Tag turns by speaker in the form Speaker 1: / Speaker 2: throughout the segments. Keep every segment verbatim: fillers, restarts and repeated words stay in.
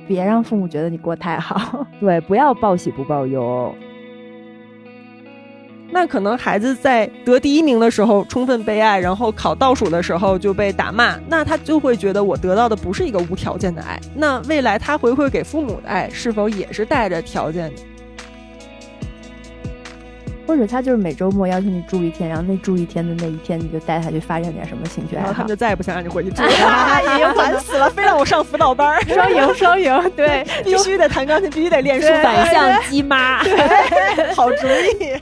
Speaker 1: 别让父母觉得你过太好。
Speaker 2: 对，不要报喜不报忧。
Speaker 3: 那可能孩子在得第一名的时候充分被爱，然后考倒数的时候就被打骂，那他就会觉得我得到的不是一个无条件的爱，那未来他回馈给父母的爱是否也是带着条件的？
Speaker 1: 或者他就是每周末邀请你住一天，然后那住一天的那一天你就带他去发展点什么兴趣爱好，
Speaker 3: 然后他们就再也不想让你回去住了已经烦死了，非让我上辅导班，
Speaker 1: 双赢双赢，对，
Speaker 3: 必须得弹钢琴，必须得练书，
Speaker 2: 反向鸡妈，
Speaker 3: 对，好主意。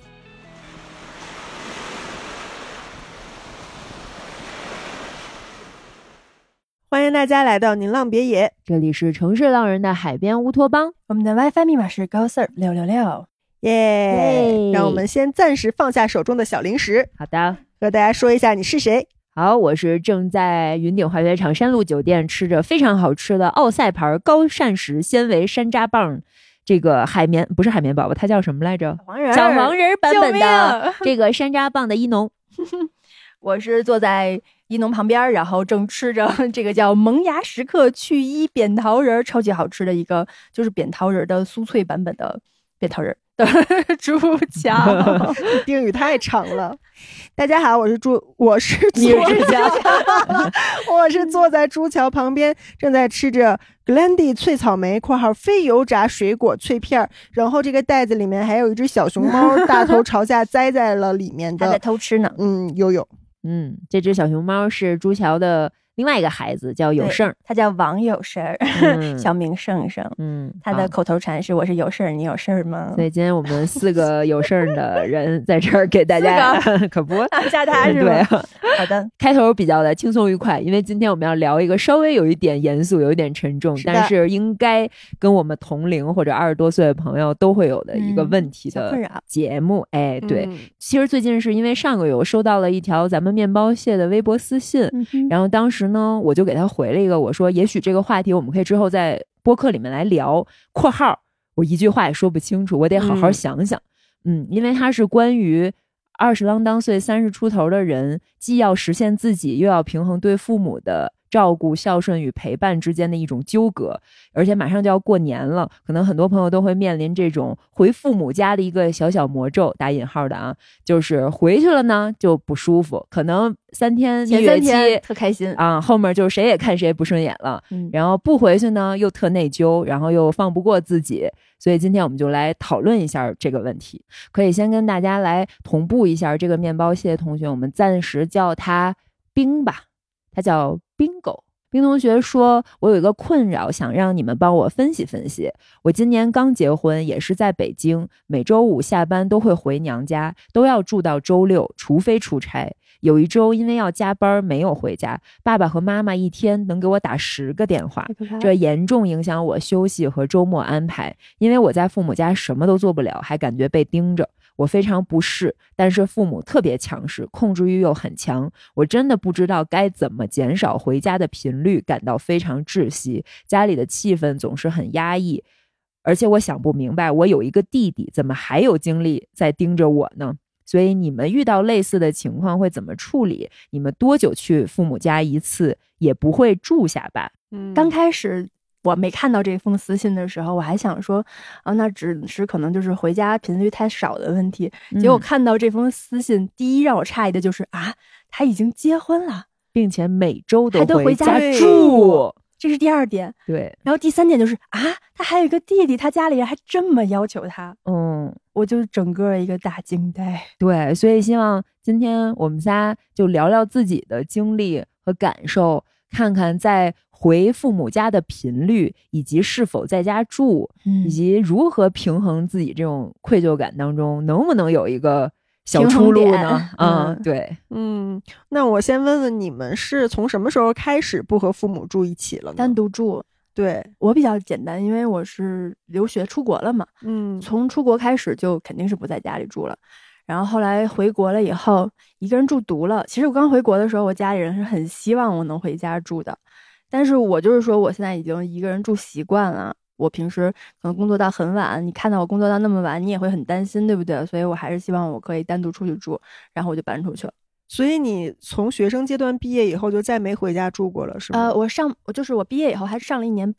Speaker 3: 欢迎大家来到宁浪别野，
Speaker 2: 这里是城市浪人的海边乌托邦，
Speaker 1: 我们的 WiFi 密码是高 Sir 六六六，
Speaker 3: 耶！让我们先暂时放下手中的小零食。
Speaker 2: 好的，
Speaker 3: 和大家说一下你是谁。
Speaker 2: 好，我是正在云顶滑雪场山路酒店吃着非常好吃的奥赛牌高膳食纤维山楂棒，这个海绵不是海绵宝宝，它叫什么来着？
Speaker 1: 黄人
Speaker 2: 小黄人版本的这个山楂棒的一农。
Speaker 1: 我是坐在一农旁边，然后正吃着这个叫萌芽时刻去衣扁桃仁，超级好吃的一个就是扁桃仁的酥脆版本的扁桃仁的猪桥。
Speaker 3: 定语太长了。大家好，我是猪，我是
Speaker 2: 你是猪
Speaker 3: 我是坐在猪桥旁边，正在吃着 Glendy 脆草莓（括号非油炸水果脆片），然后这个袋子里面还有一只小熊猫，大头朝下栽在了里面的，
Speaker 1: 它在偷吃呢。
Speaker 3: 嗯，悠悠。
Speaker 2: 嗯，这只小熊猫是朱桥的另外一个孩子，叫有胜，
Speaker 1: 他叫王有胜，嗯、小名胜胜。
Speaker 2: 嗯，
Speaker 1: 他的口头禅是我是有事儿，你有事儿吗？
Speaker 2: 所以今天我们四个有事儿的人在这儿给大家，可不
Speaker 1: 加他是吧？
Speaker 2: 对，
Speaker 1: 好的。
Speaker 2: 开头比较的轻松愉快，因为今天我们要聊一个稍微有一点严肃、有一点沉重，是但是应该跟我们同龄或者二十多岁的朋友都会有的一个问题的节目。嗯、哎，对、嗯，其实最近是因为上个月我收到了一条咱们面包蟹的微博私信，嗯、然后当时呢，我就给他回了一个，我说也许这个话题我们可以之后在播客里面来聊（括号我一句话也说不清楚，我得好好想想）。嗯, 嗯，因为它是关于二十啷当岁、三十出头的人，既要实现自己，又要平衡对父母的照顾、孝顺与陪伴之间的一种纠葛，而且马上就要过年了，可能很多朋友都会面临这种回父母家的一个小小魔咒，打引号的啊，就是回去了呢就不舒服，可能三天蜜月期
Speaker 1: 特开心
Speaker 2: 啊，后面就是谁也看谁不顺眼了、嗯、然后不回去呢又特内疚，然后又放不过自己，所以今天我们就来讨论一下这个问题。可以先跟大家来同步一下这个面包蟹同学，我们暂时叫他冰吧，他叫冰狗。冰同学说，我有一个困扰，想让你们帮我分析分析。我今年刚结婚，也是在北京，每周五下班都会回娘家，都要住到周六，除非出差。有一周因为要加班没有回家，爸爸和妈妈一天能给我打十个电话，这严重影响我休息和周末安排。因为我在父母家什么都做不了，还感觉被盯着，我非常不适，但是父母特别强势，控制欲又很强，我真的不知道该怎么减少回家的频率，感到非常窒息，家里的气氛总是很压抑，而且我想不明白，我有一个弟弟，怎么还有精力在盯着我呢？所以你们遇到类似的情况会怎么处理？你们多久去父母家一次也不会住下吧？
Speaker 1: 嗯，刚开始我没看到这封私信的时候，我还想说啊，那只是可能就是回家频率太少的问题。结果看到这封私信、嗯、第一让我诧异的就是啊，他已经结婚了，
Speaker 2: 并且每周都
Speaker 1: 回
Speaker 2: 家
Speaker 1: 住，这是第二点。
Speaker 2: 对，
Speaker 1: 然后第三点就是啊，他还有一个弟弟，他家里人还这么要求他。
Speaker 2: 嗯，
Speaker 1: 我就整个一个大惊呆。
Speaker 2: 对，所以希望今天我们仨就聊聊自己的经历和感受，看看在回父母家的频率，以及是否在家住、嗯、以及如何平衡自己这种愧疚感当中，能不能有一个小出路呢？嗯，对，
Speaker 3: 嗯，那我先问问你们是从什么时候开始不和父母住一起了呢？
Speaker 1: 单独住。
Speaker 3: 对，
Speaker 1: 我比较简单，因为我是留学出国了嘛，
Speaker 3: 嗯，
Speaker 1: 从出国开始就肯定是不在家里住了，然后后来回国了以后，一个人住独了。其实我刚回国的时候，我家里人是很希望我能回家住的，但是我就是说我现在已经一个人住习惯了，我平时可能工作到很晚，你看到我工作到那么晚，你也会很担心，对不对？所以我还是希望我可以单独出去住，然后我就搬出去了。
Speaker 3: 所以你从学生阶段毕业以后就再没回家住过了是吗？
Speaker 1: 呃，我上我就是我毕业以后还上了一年班，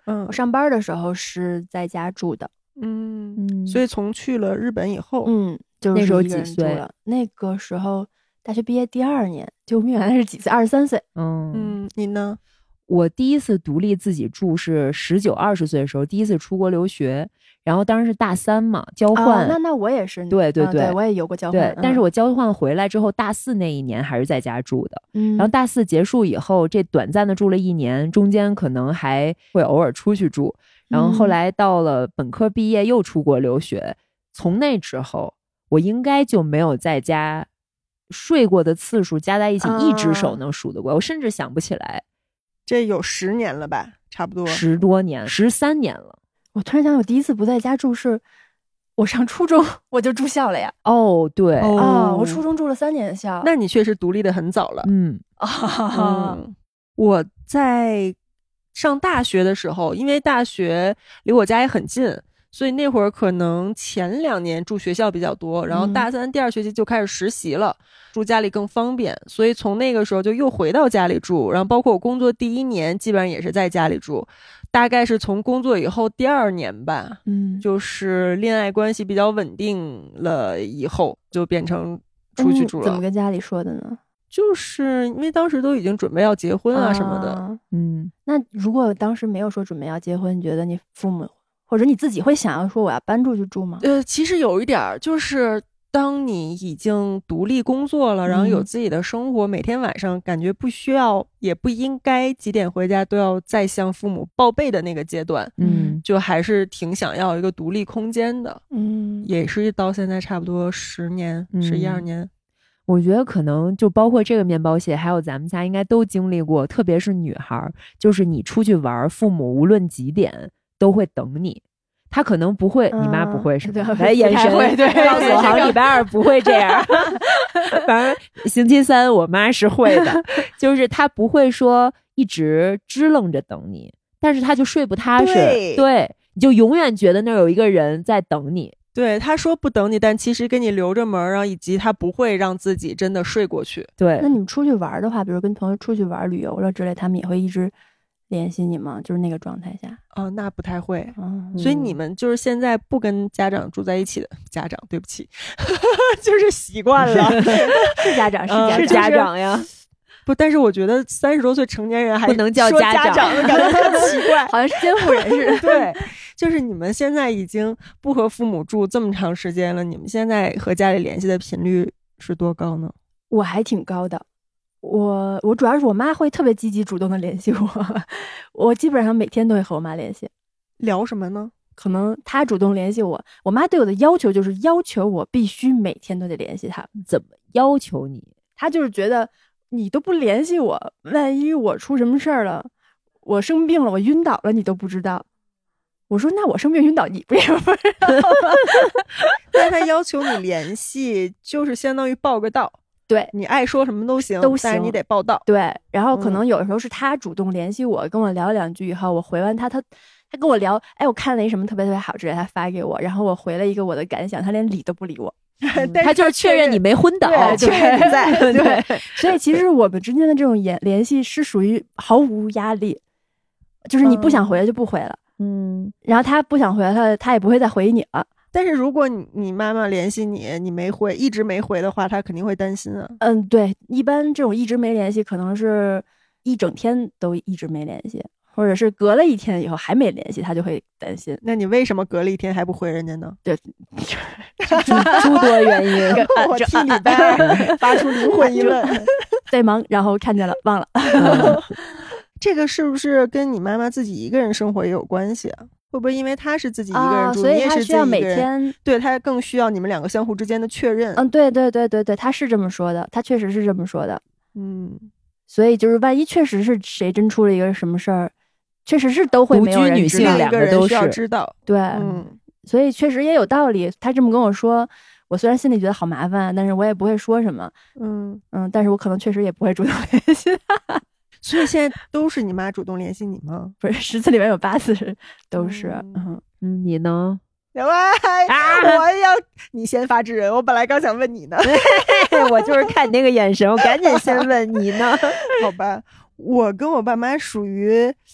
Speaker 3: 嗯，
Speaker 1: 我上班的时候是在家住的。
Speaker 3: 嗯
Speaker 2: 嗯，
Speaker 3: 所以从去了日本以后，
Speaker 1: 嗯，就是
Speaker 2: 那时候
Speaker 1: 一个人
Speaker 2: 几岁
Speaker 1: 住了？那个时候大学毕业第二年，就原来是几岁？二十三岁。
Speaker 2: 嗯
Speaker 3: 嗯，你呢？
Speaker 2: 我第一次独立自己住是十九二十岁的时候，第一次出国留学，然后当时是大三嘛，交换。
Speaker 1: 哦、那那我也是，
Speaker 2: 对对对，
Speaker 1: 嗯、对我也有过交换。
Speaker 2: 对，
Speaker 1: 嗯、
Speaker 2: 但是我交换回来之后，大四那一年还是在家住的。
Speaker 1: 嗯，
Speaker 2: 然后大四结束以后，这短暂的住了一年，中间可能还会偶尔出去住。然后后来到了本科毕业又出国留学，从那之后，我应该就没有在家睡过的次数加在一起，一只手能数得过，我甚至想不起来。
Speaker 3: 这有十年了吧，差不多
Speaker 2: 十多年，十三年了。
Speaker 1: 我突然想，我第一次不在家住是我上初中我就住校了呀。
Speaker 2: 哦，对，
Speaker 1: 哦，
Speaker 3: 哦
Speaker 1: 我初中住了三年校。
Speaker 3: 那你确实独立的很早了。
Speaker 2: 嗯
Speaker 1: 啊、
Speaker 3: 嗯，我在上大学的时候，因为大学离我家也很近，所以那会儿可能前两年住学校比较多，然后大三第二学期就开始实习了，住家里更方便，所以从那个时候就又回到家里住，然后包括我工作第一年基本上也是在家里住，大概是从工作以后第二年吧，
Speaker 1: 嗯，
Speaker 3: 就是恋爱关系比较稳定了以后就变成出去住了。
Speaker 1: 嗯、怎么跟家里说的呢？
Speaker 3: 就是因为当时都已经准备要结婚啊什么的。
Speaker 1: 啊、
Speaker 2: 嗯，
Speaker 1: 那如果当时没有说准备要结婚，你觉得你父母或者你自己会想要说我要搬出去住吗？
Speaker 3: 呃，其实有一点就是当你已经独立工作了，然后有自己的生活，嗯、每天晚上感觉不需要也不应该几点回家都要再向父母报备的那个阶段，
Speaker 2: 嗯，
Speaker 3: 就还是挺想要一个独立空间的。
Speaker 1: 嗯，
Speaker 3: 也是到现在差不多十年十一二年。
Speaker 2: 我觉得可能就包括这个面包蟹，还有咱们家应该都经历过，特别是女孩，就是你出去玩，父母无论几点都会等你。他可能不会，嗯、你妈不会是吧？来眼神告诉我，好像礼拜二不会这样。反正星期三我妈是会的，就是她不会说一直支棱着等你，但是她就睡不踏实，
Speaker 3: 对，
Speaker 2: 对，你就永远觉得那儿有一个人在等你。
Speaker 3: 对，他说不等你，但其实给你留着门，然后以及他不会让自己真的睡过去。
Speaker 2: 对，
Speaker 1: 那你们出去玩的话，比如跟朋友出去玩旅游了之类，他们也会一直联系你吗？就是那个状态下
Speaker 3: 啊、哦，那不太会。
Speaker 1: 嗯，
Speaker 3: 所以你们就是现在不跟家长住在一起的家长，对不起，就是习惯了。
Speaker 1: 是家长，是家长，
Speaker 2: 嗯、是家长呀。
Speaker 3: 不，但是我觉得三十多岁成年人还
Speaker 2: 不能叫
Speaker 3: 家
Speaker 2: 长，
Speaker 3: 感觉特奇怪，
Speaker 1: 好像是监护人似的。
Speaker 3: 对，就是你们现在已经不和父母住这么长时间了，你们现在和家里联系的频率是多高呢？
Speaker 1: 我还挺高的，我我主要是我妈会特别积极主动的联系我，我基本上每天都会和我妈联系。
Speaker 3: 聊什么呢？
Speaker 1: 可能她主动联系我，我妈对我的要求就是要求我必须每天都得联系她。
Speaker 2: 怎么要求你？
Speaker 1: 她就是觉得你都不联系我，万一我出什么事儿了，我生病了，我晕倒了，你都不知道。我说那我生病晕倒，你不也不知道吗？
Speaker 3: 但他要求你联系，就是相当于报个到。
Speaker 1: 对，
Speaker 3: 你爱说什么都行，
Speaker 1: 都行，
Speaker 3: 但是你得报到。
Speaker 1: 对，然后可能有的时候是他主动联系我，嗯、跟我聊两句以后，我回完他，他他跟我聊，哎，我看了一什么特别特别好之类，他发给我，然后我回了一个我的感想，他连理都不理我。
Speaker 2: 嗯、他就是确认你没昏倒，
Speaker 3: 确认你在。
Speaker 1: 对，对所以其实我们之间的这种联联系是属于毫无压力，就是你不想回来就不回了，
Speaker 2: 嗯，
Speaker 1: 然后他不想回来，他他也不会再回你了。
Speaker 3: 但是如果你你妈妈联系你，你没回，一直没回的话，她肯定会担心啊。
Speaker 1: 嗯，对，一般这种一直没联系，可能是一整天都一直没联系，或者是隔了一天以后还没联系，她就会担心。
Speaker 3: 那你为什么隔了一天还不回人家呢？
Speaker 1: 对，
Speaker 2: 诸多原因。
Speaker 3: 我替礼拜二发出灵魂疑问，
Speaker 1: 在忙，然后看见了忘了。
Speaker 3: 嗯、这个是不是跟你妈妈自己一个人生活也有关系啊？会不会因为他是自己一个人住，
Speaker 1: 啊、所以
Speaker 3: 他
Speaker 1: 需要每天，
Speaker 3: 对，他更需要你们两个相互之间的确认。
Speaker 1: 嗯，对对对对对，他是这么说的，他确实是这么说的。
Speaker 3: 嗯，
Speaker 1: 所以就是万一确实是谁真出了一个什么事儿，确实是都会没有人知道，
Speaker 2: 独居女性两个都是
Speaker 3: 知道。
Speaker 1: 对，
Speaker 3: 嗯，
Speaker 1: 所以确实也有道理。他这么跟我说，我虽然心里觉得好麻烦，但是我也不会说什么。
Speaker 3: 嗯
Speaker 1: 嗯，但是我可能确实也不会主动联系他。
Speaker 3: 所以现在都是你妈主动联系你吗？
Speaker 1: 不是，十次里面有八次都是。嗯
Speaker 2: 嗯，你呢？
Speaker 3: 喂、啊，我要你先发制人。我本来刚想问你呢，
Speaker 2: 我就是看你那个眼神，我赶紧先问你呢。
Speaker 3: 好吧，我跟我爸妈属于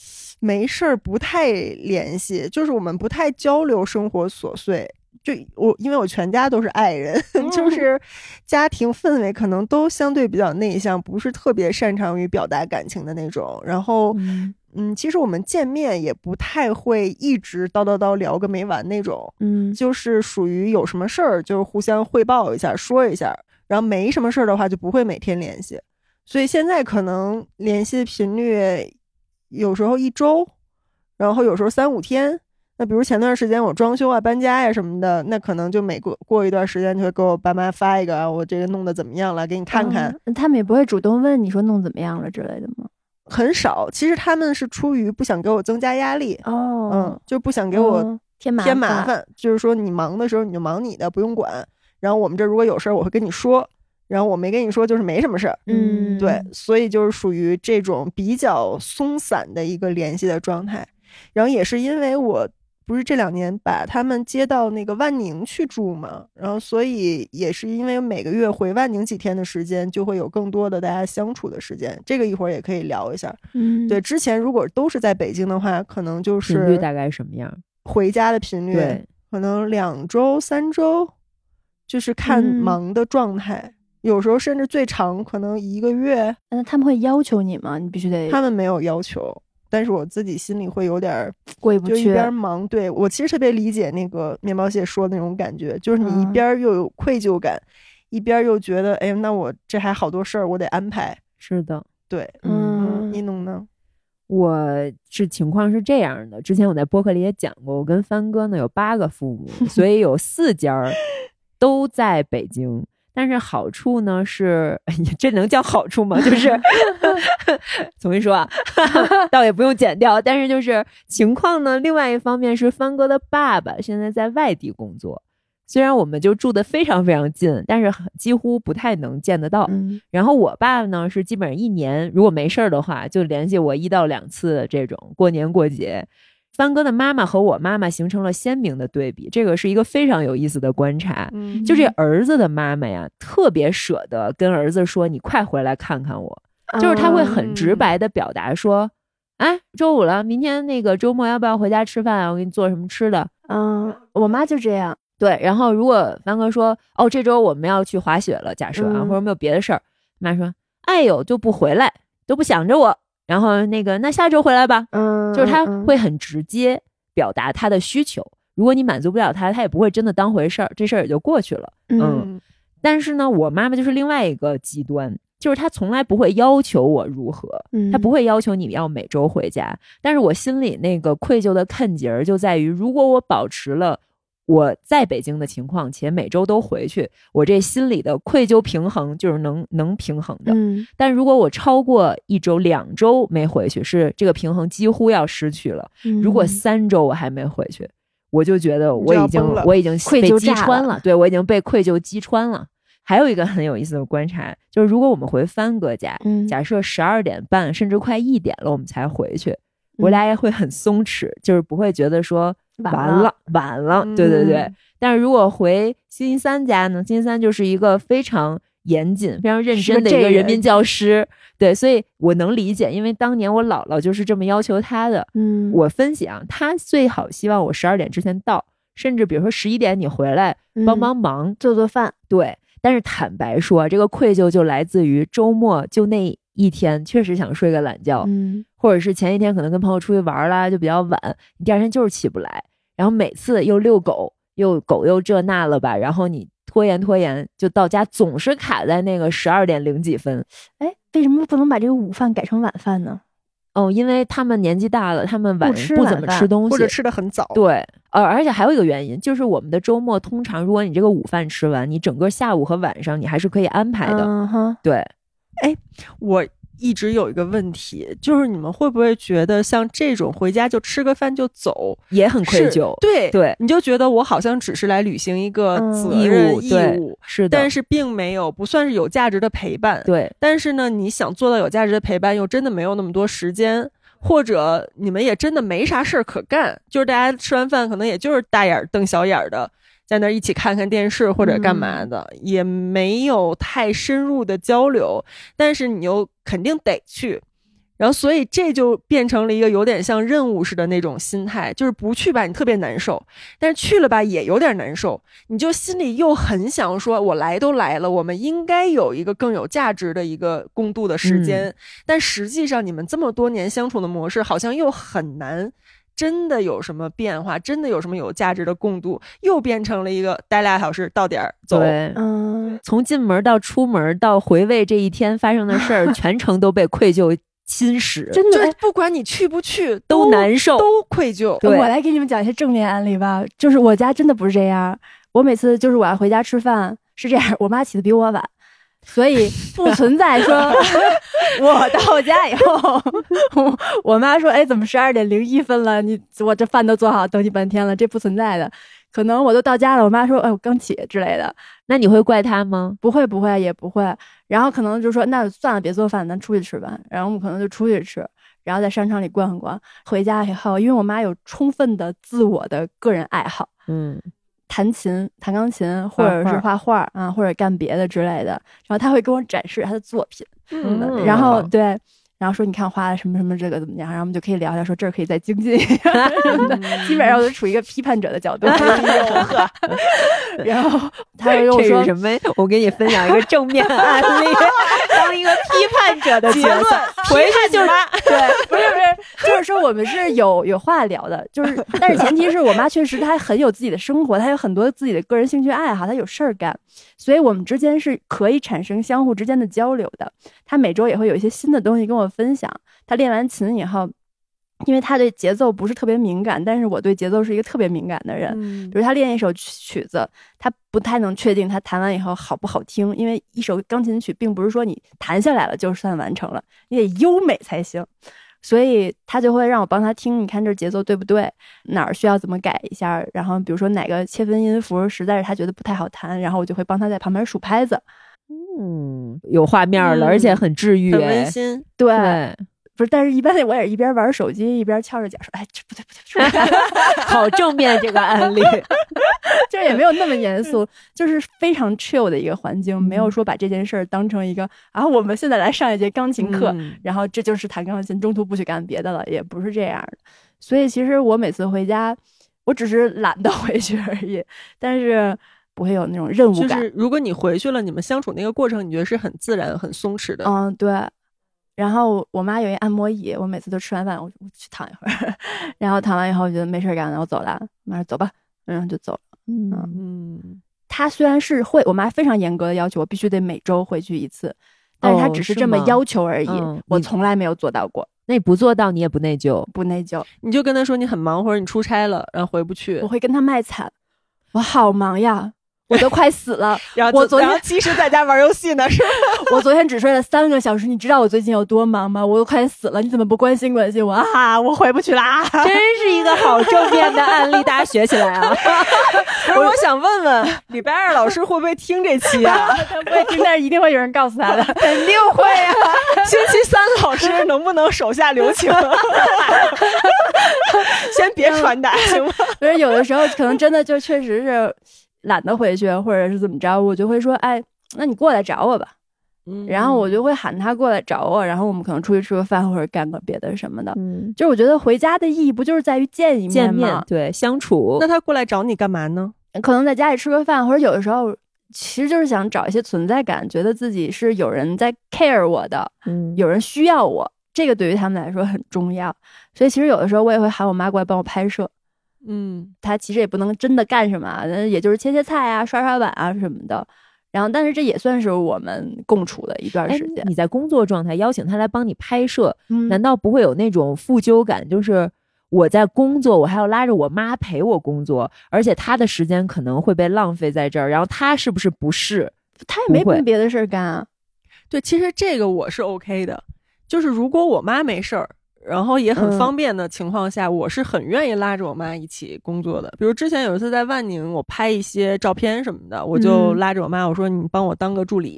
Speaker 3: 没事儿不太联系，就是我们不太交流生活琐碎。就我因为我全家都是爱人，嗯、就是家庭氛围可能都相对比较内向，不是特别擅长于表达感情的那种。然后嗯嗯，其实我们见面也不太会一直叨叨叨聊个没完那种，
Speaker 1: 嗯，
Speaker 3: 就是属于有什么事儿就是互相汇报一下说一下，然后没什么事儿的话就不会每天联系。所以现在可能联系频率有时候一周，然后有时候三五天。那比如前段时间我装修啊搬家呀什么的，那可能就每过过一段时间就会给我爸妈发一个啊，我这个弄得怎么样了给你看看、
Speaker 1: 嗯、他们也不会主动问你说弄怎么样了之类的吗？
Speaker 3: 很少，其实他们是出于不想给我增加压力
Speaker 1: 哦，
Speaker 3: 嗯，就不想给我
Speaker 1: 添麻
Speaker 3: 添麻烦，就是说你忙的时候你就忙你的不用管，然后我们这如果有事儿我会跟你说，然后我没跟你说就是没什么事儿，
Speaker 1: 嗯，
Speaker 3: 对，所以就是属于这种比较松散的一个联系的状态。然后也是因为我不是这两年把他们接到那个万宁去住嘛，然后所以也是因为每个月回万宁几天的时间，就会有更多的大家相处的时间。这个一会儿也可以聊一下。
Speaker 1: 嗯，
Speaker 3: 对，之前如果都是在北京的话，可能就是
Speaker 2: 频率大概什么样？
Speaker 3: 回家的频率，
Speaker 2: 对，
Speaker 3: 可能两周、三周，就是看忙的状态。嗯，有时候甚至最长可能一个月。
Speaker 1: 那他们会要求你吗？你必须得？
Speaker 3: 他们没有要求。但是我自己心里会有点
Speaker 1: 过意不去，
Speaker 3: 就一边忙。对，我其实特别理解那个面包蟹说的那种感觉，就是你一边又有愧疚感、嗯、一边又觉得哎，那我这还好多事儿我得安排。
Speaker 2: 是的，
Speaker 3: 对，
Speaker 1: 嗯，
Speaker 3: 你弄呢？
Speaker 2: 我是情况是这样的，之前我在播客里也讲过，我跟帆哥呢有八个父母，所以有四家都在北京。但是好处呢是，这能叫好处吗？就是重新说啊，倒也不用剪掉。但是就是情况呢，另外一方面是帆哥的爸爸现在在外地工作，虽然我们就住得非常非常近，但是几乎不太能见得到。
Speaker 1: 嗯、
Speaker 2: 然后我爸呢是基本上一年如果没事的话，就联系我一到两次，这种过年过节。帆哥的妈妈和我妈妈形成了鲜明的对比，这个是一个非常有意思的观察。
Speaker 3: 嗯，
Speaker 2: 就这儿子的妈妈呀，特别舍得跟儿子说你快回来看看我，嗯、就是他会很直白的表达说，哎，周五了，明天那个周末要不要回家吃饭啊？我给你做什么吃的。
Speaker 1: 嗯，我妈就这样。
Speaker 2: 对，然后如果帆哥说，哦，这周我们要去滑雪了，假设啊，
Speaker 1: 嗯、
Speaker 2: 或者没有别的事儿，妈说，哎呦，就不回来，都不想着我。然后那个，那下周回来吧。
Speaker 1: 嗯，
Speaker 2: 就是他会很直接表达他的需求。如果你满足不了他，他也不会真的当回事儿，这事儿也就过去了。
Speaker 1: 嗯，
Speaker 2: 嗯但是呢，我妈妈就是另外一个极端，就是她从来不会要求我如何，
Speaker 1: 嗯，
Speaker 2: 她不会要求你要每周回家。但是我心里那个愧疚的坎节儿就在于，如果我保持了我在北京的情况，且每周都回去，我这心里的愧疚平衡就是能能平衡的。
Speaker 1: 嗯，
Speaker 2: 但如果我超过一周、两周没回去，是这个平衡几乎要失去了。
Speaker 1: 嗯、
Speaker 2: 如果三周我还没回去，我就觉得我已经我已经被击穿了，对，我已经被愧疚击穿了。还有一个很有意思的观察，就是如果我们回帆哥家，
Speaker 1: 嗯、
Speaker 2: 假设十二点半甚至快一点了，我们才回去，我俩也会很松弛，就是不会觉得说。完了完了，对对对、嗯、但是如果回星期三家呢，星期三就是一个非常严谨非常认真的一个人民教师，对，所以我能理解，因为当年我姥姥就是这么要求他的。
Speaker 1: 嗯，
Speaker 2: 我分析啊，他最好希望我十二点之前到，甚至比如说十一点你回来帮帮忙、
Speaker 1: 嗯、做做饭，
Speaker 2: 对。但是坦白说，这个愧疚就来自于周末就那一天确实想睡个懒觉，
Speaker 1: 嗯，
Speaker 2: 或者是前一天可能跟朋友出去玩啦，就比较晚，你第二天就是起不来，然后每次又遛狗，又狗又这那了吧，然后你拖延拖延，就到家总是卡在那个十二点零几分。
Speaker 1: 哎，为什么不能把这个午饭改成晚饭呢？
Speaker 2: 哦，因为他们年纪大了，他们晚上不怎么吃东西，
Speaker 3: 或者吃得很早。
Speaker 2: 对，呃，而且还有一个原因，就是我们的周末通常，如果你这个午饭吃完，你整个下午和晚上你还是可以安排的。
Speaker 1: 嗯哼，
Speaker 2: 对。
Speaker 3: 哎，我一直有一个问题，就是你们会不会觉得像这种回家就吃个饭就走
Speaker 2: 也很愧疚？
Speaker 3: 对
Speaker 2: 对，
Speaker 3: 你就觉得我好像只是来履行一个责
Speaker 2: 任、
Speaker 3: 嗯、义务，
Speaker 2: 是的，
Speaker 3: 但是并没有不算是有价值的陪伴。
Speaker 2: 对，
Speaker 3: 但是呢，你想做到有价值的陪伴，又真的没有那么多时间。或者你们也真的没啥事儿可干，就是大家吃完饭可能也就是大眼瞪小眼的在那一起看看电视或者干嘛的、嗯、也没有太深入的交流，但是你又肯定得去， 然后所以这就变成了一个有点像任务似的那种心态，就是不去吧你特别难受，但是去了吧也有点难受，你就心里又很想说我来都来了，我们应该有一个更有价值的一个共度的时间、嗯、但实际上你们这么多年相处的模式好像又很难真的有什么变化，真的有什么有价值的共度，又变成了一个待俩小时到点儿走。
Speaker 2: 对，嗯，从进门到出门到回味这一天发生的事儿，全程都被愧疚侵蚀，
Speaker 3: 真的，就是不管你去不去
Speaker 2: 都难受，
Speaker 3: 都愧疚。
Speaker 1: 我来给你们讲一些正面案例吧，就是我家真的不是这样，我每次就是我要回家吃饭是这样，我妈起得比我晚，所以不存在说我到家以后我, 我妈说哎怎么十二点零一分了，你我这饭都做好等你半天了，这不存在的。可能我都到家了，我妈说哎我刚起之类的，
Speaker 2: 那你会怪她吗？
Speaker 1: 不会不会也不会，然后可能就说那算了别做饭咱出去吃饭，然后我们可能就出去吃，然后在商场里逛逛，回家以后因为我妈有充分的自我的个人爱好，嗯，弹琴弹钢琴或者是画画啊，或者干别的之类的，然后她会跟我展示她的作品，嗯，然后对，然后说你看画的什么什么这个怎么样，然后我们就可以聊一下说这儿可以再精进一下基本上我就处于一个批判者的角度然后他就跟我说
Speaker 2: 这是什么，我给你分享一个正面案例当一个批判者的角色
Speaker 3: 回去就是
Speaker 1: 对，不是不是就是说我们是有有话聊的，就是但是前提是我妈确实她很有自己的生活，她有很多自己的个人兴趣爱好，她有事儿干，所以我们之间是可以产生相互之间的交流的，她每周也会有一些新的东西跟我分享。她练完琴以后，因为她对节奏不是特别敏感，但是我对节奏是一个特别敏感的人、嗯、比如她练一首曲子，她不太能确定她弹完以后好不好听，因为一首钢琴曲并不是说你弹下来了就算完成了，你得优美才行，所以她就会让我帮她听，你看这节奏对不对，哪儿需要怎么改一下，然后比如说哪个切分音符实在是她觉得不太好弹，然后我就会帮她在旁边数拍子。
Speaker 2: 嗯，有画面了、嗯、而且很治愈，
Speaker 3: 很温馨。
Speaker 1: 对，对不是，但是一般我也是一边玩手机一边翘着脚说哎这不对不对不对
Speaker 2: 好正面这个案例
Speaker 1: 这也没有那么严肃，就是非常 chill 的一个环境、嗯、没有说把这件事儿当成一个啊我们现在来上一节钢琴课、嗯、然后这就是弹钢琴中途不许干别的了，也不是这样的。所以其实我每次回家我只是懒得回去而已，但是不会有那种任务感。
Speaker 3: 就是如果你回去了，你们相处那个过程，你觉得是很自然、很松弛的。
Speaker 1: 嗯，对。然后我妈有一按摩椅，我每次都吃完饭我我去躺一会儿，然后躺完以后觉得没事干了，我走了，我妈说走吧，然后就走了。嗯嗯。她虽然是会，我妈非常严格的要求我必须得每周回去一次，但是她只是这么要求而已，哦嗯、我从来没有做到过。
Speaker 2: 那你不做到你也不内疚？
Speaker 1: 不内疚，
Speaker 3: 你就跟她说你很忙或者你出差了，然后回不去。
Speaker 1: 我会跟她卖惨。我好忙呀，我都快死了。
Speaker 3: 然后
Speaker 1: 我昨天
Speaker 3: 其实在家玩游戏呢，是吧？
Speaker 1: 我昨天只睡了三个小时，你知道我最近有多忙吗？我都快死了，你怎么不关心关心我啊？我回不去啦！
Speaker 2: 真是一个好正面的案例，大家学起来啊！
Speaker 3: 我我想问问，礼拜二老师会不会听这期啊？
Speaker 1: 他不会听，但是一定会有人告诉他的，
Speaker 3: 肯定会啊！星期三老师能不能手下留情？先别传达行吗？
Speaker 1: 所以有的时候可能真的就确实是懒得回去，或者是怎么着，我就会说，哎，那你过来找我吧。嗯，然后我就会喊他过来找我，然后我们可能出去吃个饭或者干个别的什么的。嗯，就是我觉得回家的意义不就是在于见一面吗？
Speaker 2: 见面，对，相处。
Speaker 3: 那他过来找你干嘛呢？
Speaker 1: 可能在家里吃个饭，或者有的时候其实就是想找一些存在感，觉得自己是有人在 care 我的，嗯，有人需要我，这个对于他们来说很重要。所以其实有的时候我也会喊我妈过来帮我拍摄。嗯，他其实也不能真的干什么，也就是切切菜啊、刷刷碗啊什么的。然后，但是这也算是我们共处的一段时间。
Speaker 2: 你在工作状态邀请他来帮你拍摄，嗯、难道不会有那种负疚感？就是我在工作，我还要拉着我妈陪我工作，而且他的时间可能会被浪费在这儿。然后他是不是不是？
Speaker 1: 他也没别的事儿干啊。
Speaker 3: 对，其实这个我是 OK 的。就是如果我妈没事儿，然后也很方便的情况下、嗯、我是很愿意拉着我妈一起工作的。比如之前有一次在万宁我拍一些照片什么的，我就拉着我妈，我说你帮我当个助理，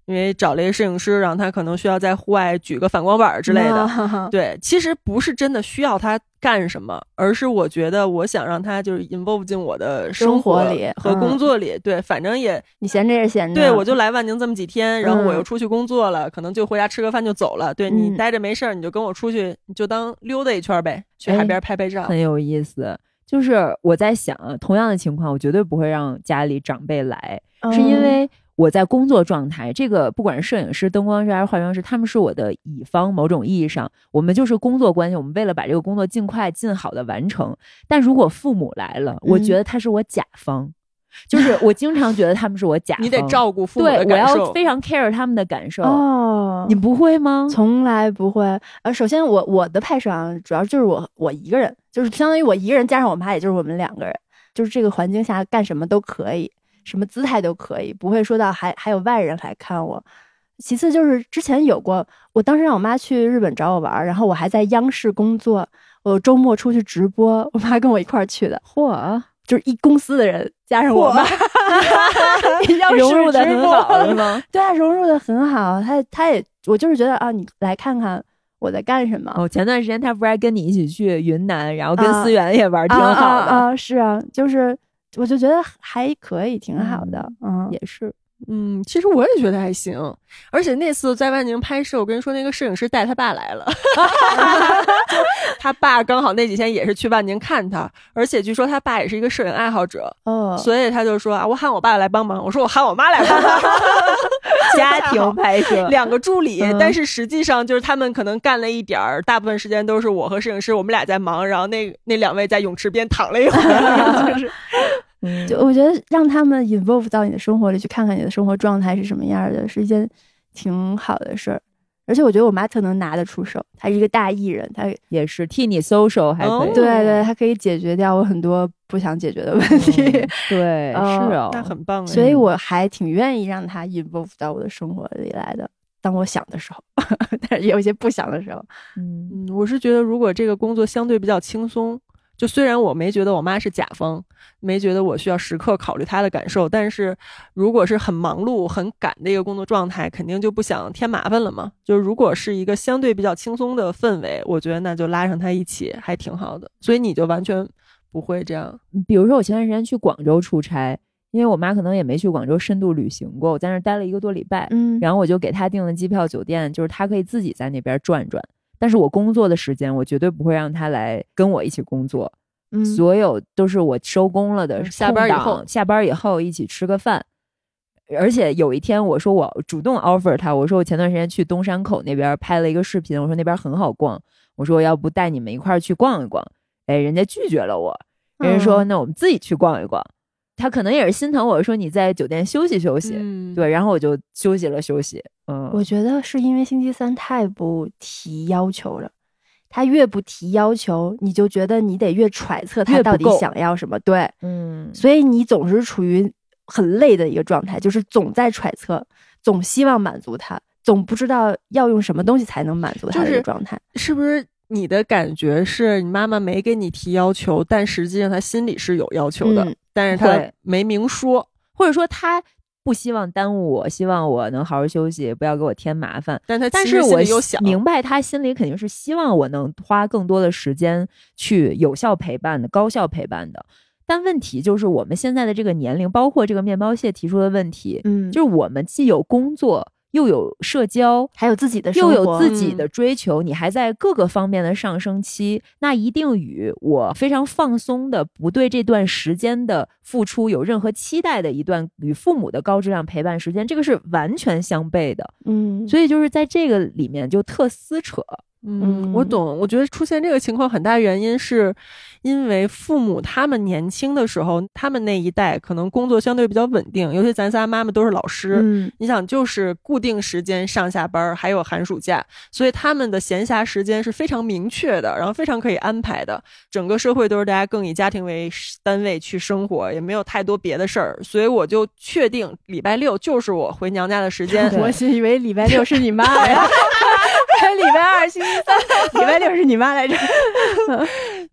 Speaker 3: 因为找了一个摄影师，然后他可能需要在户外举个反光板之类的、
Speaker 1: 嗯、
Speaker 3: 对，其实不是真的需要他干什么，而是我觉得我想让他就是 involve 进我的生活里和工作里、嗯、对，反正也
Speaker 1: 你闲着也闲着，
Speaker 3: 对，我就来万宁这么几天，然后我又出去工作了、嗯、可能就回家吃个饭就走了，对、嗯、你待着没事你就跟我出去，你就当溜达一圈呗，去海边拍拍照、
Speaker 2: 哎、很有意思。就是我在想同样的情况我绝对不会让家里长辈来、嗯、是因为我在工作状态，这个不管是摄影师、灯光师还是化妆师，他们是我的乙方，某种意义上我们就是工作关系，我们为了把这个工作尽快尽好的完成。但如果父母来了、嗯、我觉得他是我甲方，就是我经常觉得他们是我甲方，
Speaker 3: 你得照顾父母的感受，
Speaker 2: 对，我要非常 care 他们的感受。
Speaker 1: 哦，
Speaker 2: 你不会吗？
Speaker 1: 从来不会。呃，首先我我的拍摄啊，主要就是我我一个人，就是相当于我一个人加上我妈，也就是我们两个人，就是这个环境下干什么都可以，什么姿态都可以，不会说到还还有外人来看我。其次就是之前有过，我当时让我妈去日本找我玩，然后我还在央视工作，我周末出去直播，我妈跟我一块儿去的。
Speaker 2: 嚯！
Speaker 1: 就是一公司的人加上我妈
Speaker 2: 融入的很好是吗？
Speaker 1: 对啊，融入的很好。他他也我就是觉得啊，你来看看我在干什么。
Speaker 2: 哦，前段时间他不是还跟你一起去云南，然后跟思源也玩挺好的。
Speaker 1: 啊啊啊啊是啊，就是我就觉得还可以，挺好的。嗯，
Speaker 2: 也是。
Speaker 3: 嗯，其实我也觉得还行，而且那次在万宁拍摄，我跟你说那个摄影师带他爸来了他爸刚好那几天也是去万宁看他，而且据说他爸也是一个摄影爱好者，
Speaker 1: 哦，
Speaker 3: 所以他就说啊，我喊我爸来帮忙，我说我喊我妈来帮忙
Speaker 2: 家庭拍摄
Speaker 3: 两个助理、嗯、但是实际上就是他们可能干了一点儿，大部分时间都是我和摄影师我们俩在忙，然后那那两位在泳池边躺了一会儿就是
Speaker 1: 就我觉得让他们 involve 到你的生活里去看看你的生活状态是什么样的，是一件挺好的事儿。而且我觉得我妈特能拿得出手，她是一个大艺人，她
Speaker 2: 也是替你 social 还可以、
Speaker 1: 哦、对对，她可以解决掉我很多不想解决的问题、
Speaker 2: 嗯、对、呃、是哦，
Speaker 3: 那很棒。
Speaker 1: 所以我还挺愿意让她 involve 到我的生活里来的，当我想的时候但是也有一些不想的时候。
Speaker 3: 嗯嗯，我是觉得如果这个工作相对比较轻松，就虽然我没觉得我妈是甲方，没觉得我需要时刻考虑她的感受，但是如果是很忙碌很赶的一个工作状态，肯定就不想添麻烦了嘛。就如果是一个相对比较轻松的氛围，我觉得那就拉上她一起还挺好的。所以你就完全不会这样。
Speaker 2: 比如说我前段时间去广州出差，因为我妈可能也没去广州深度旅行过，我在那儿待了一个多礼拜，
Speaker 1: 嗯，
Speaker 2: 然后我就给她订了机票酒店，就是她可以自己在那边转转，但是我工作的时间我绝对不会让她来跟我一起工作，
Speaker 1: 嗯，
Speaker 2: 所有都是我收工了的、嗯、
Speaker 3: 下班以后
Speaker 2: 下班以后一起吃个饭。而且有一天我说我主动 offer 他，我说我前段时间去东山口那边拍了一个视频，我说那边很好逛，我说我要不带你们一块儿去逛一逛，哎，人家拒绝了我，人家说、嗯、那我们自己去逛一逛。他可能也是心疼我，说你在酒店休息休息、嗯、对，然后我就休息了休息。嗯，
Speaker 1: 我觉得是因为星期三太不提要求了，他越不提要求，你就觉得你得越揣测他到底想要什么。对，
Speaker 2: 嗯，
Speaker 1: 所以你总是处于很累的一个状态，就是总在揣测，总希望满足他，总不知道要用什么东西才能满足他的一个状态。
Speaker 3: 就是、是不是你的感觉是你妈妈没给你提要求，但实际上她心里是有要求的、嗯、但是她没明说，
Speaker 2: 或者说她不希望耽误我，希望我能好好休息，不要给我添麻烦。
Speaker 3: 但他
Speaker 2: 但是我明白他心里肯定是希望我能花更多的时间去有效陪伴的、高效陪伴的。但问题就是我们现在的这个年龄，包括这个面包蟹提出的问题，
Speaker 1: 嗯，
Speaker 2: 就是我们既有工作，又有社交，
Speaker 1: 还有自己的生活，
Speaker 2: 又有自己的追求、嗯、你还在各个方面的上升期，那一定与我非常放松的不对这段时间的付出有任何期待的一段与父母的高质量陪伴时间，这个是完全相悖的。
Speaker 1: 嗯，
Speaker 2: 所以就是在这个里面就特撕扯。
Speaker 3: 嗯，我懂。我觉得出现这个情况很大原因是因为父母他们年轻的时候，他们那一代可能工作相对比较稳定，尤其咱仨妈妈都是老师、
Speaker 1: 嗯、
Speaker 3: 你想就是固定时间上下班还有寒暑假，所以他们的闲暇时间是非常明确的，然后非常可以安排的。整个社会都是大家更以家庭为单位去生活，也没有太多别的事儿，所以我就确定礼拜六就是我回娘家的时间。
Speaker 1: 我是以为礼拜六是你妈呀礼拜二星期三礼拜六是你妈来着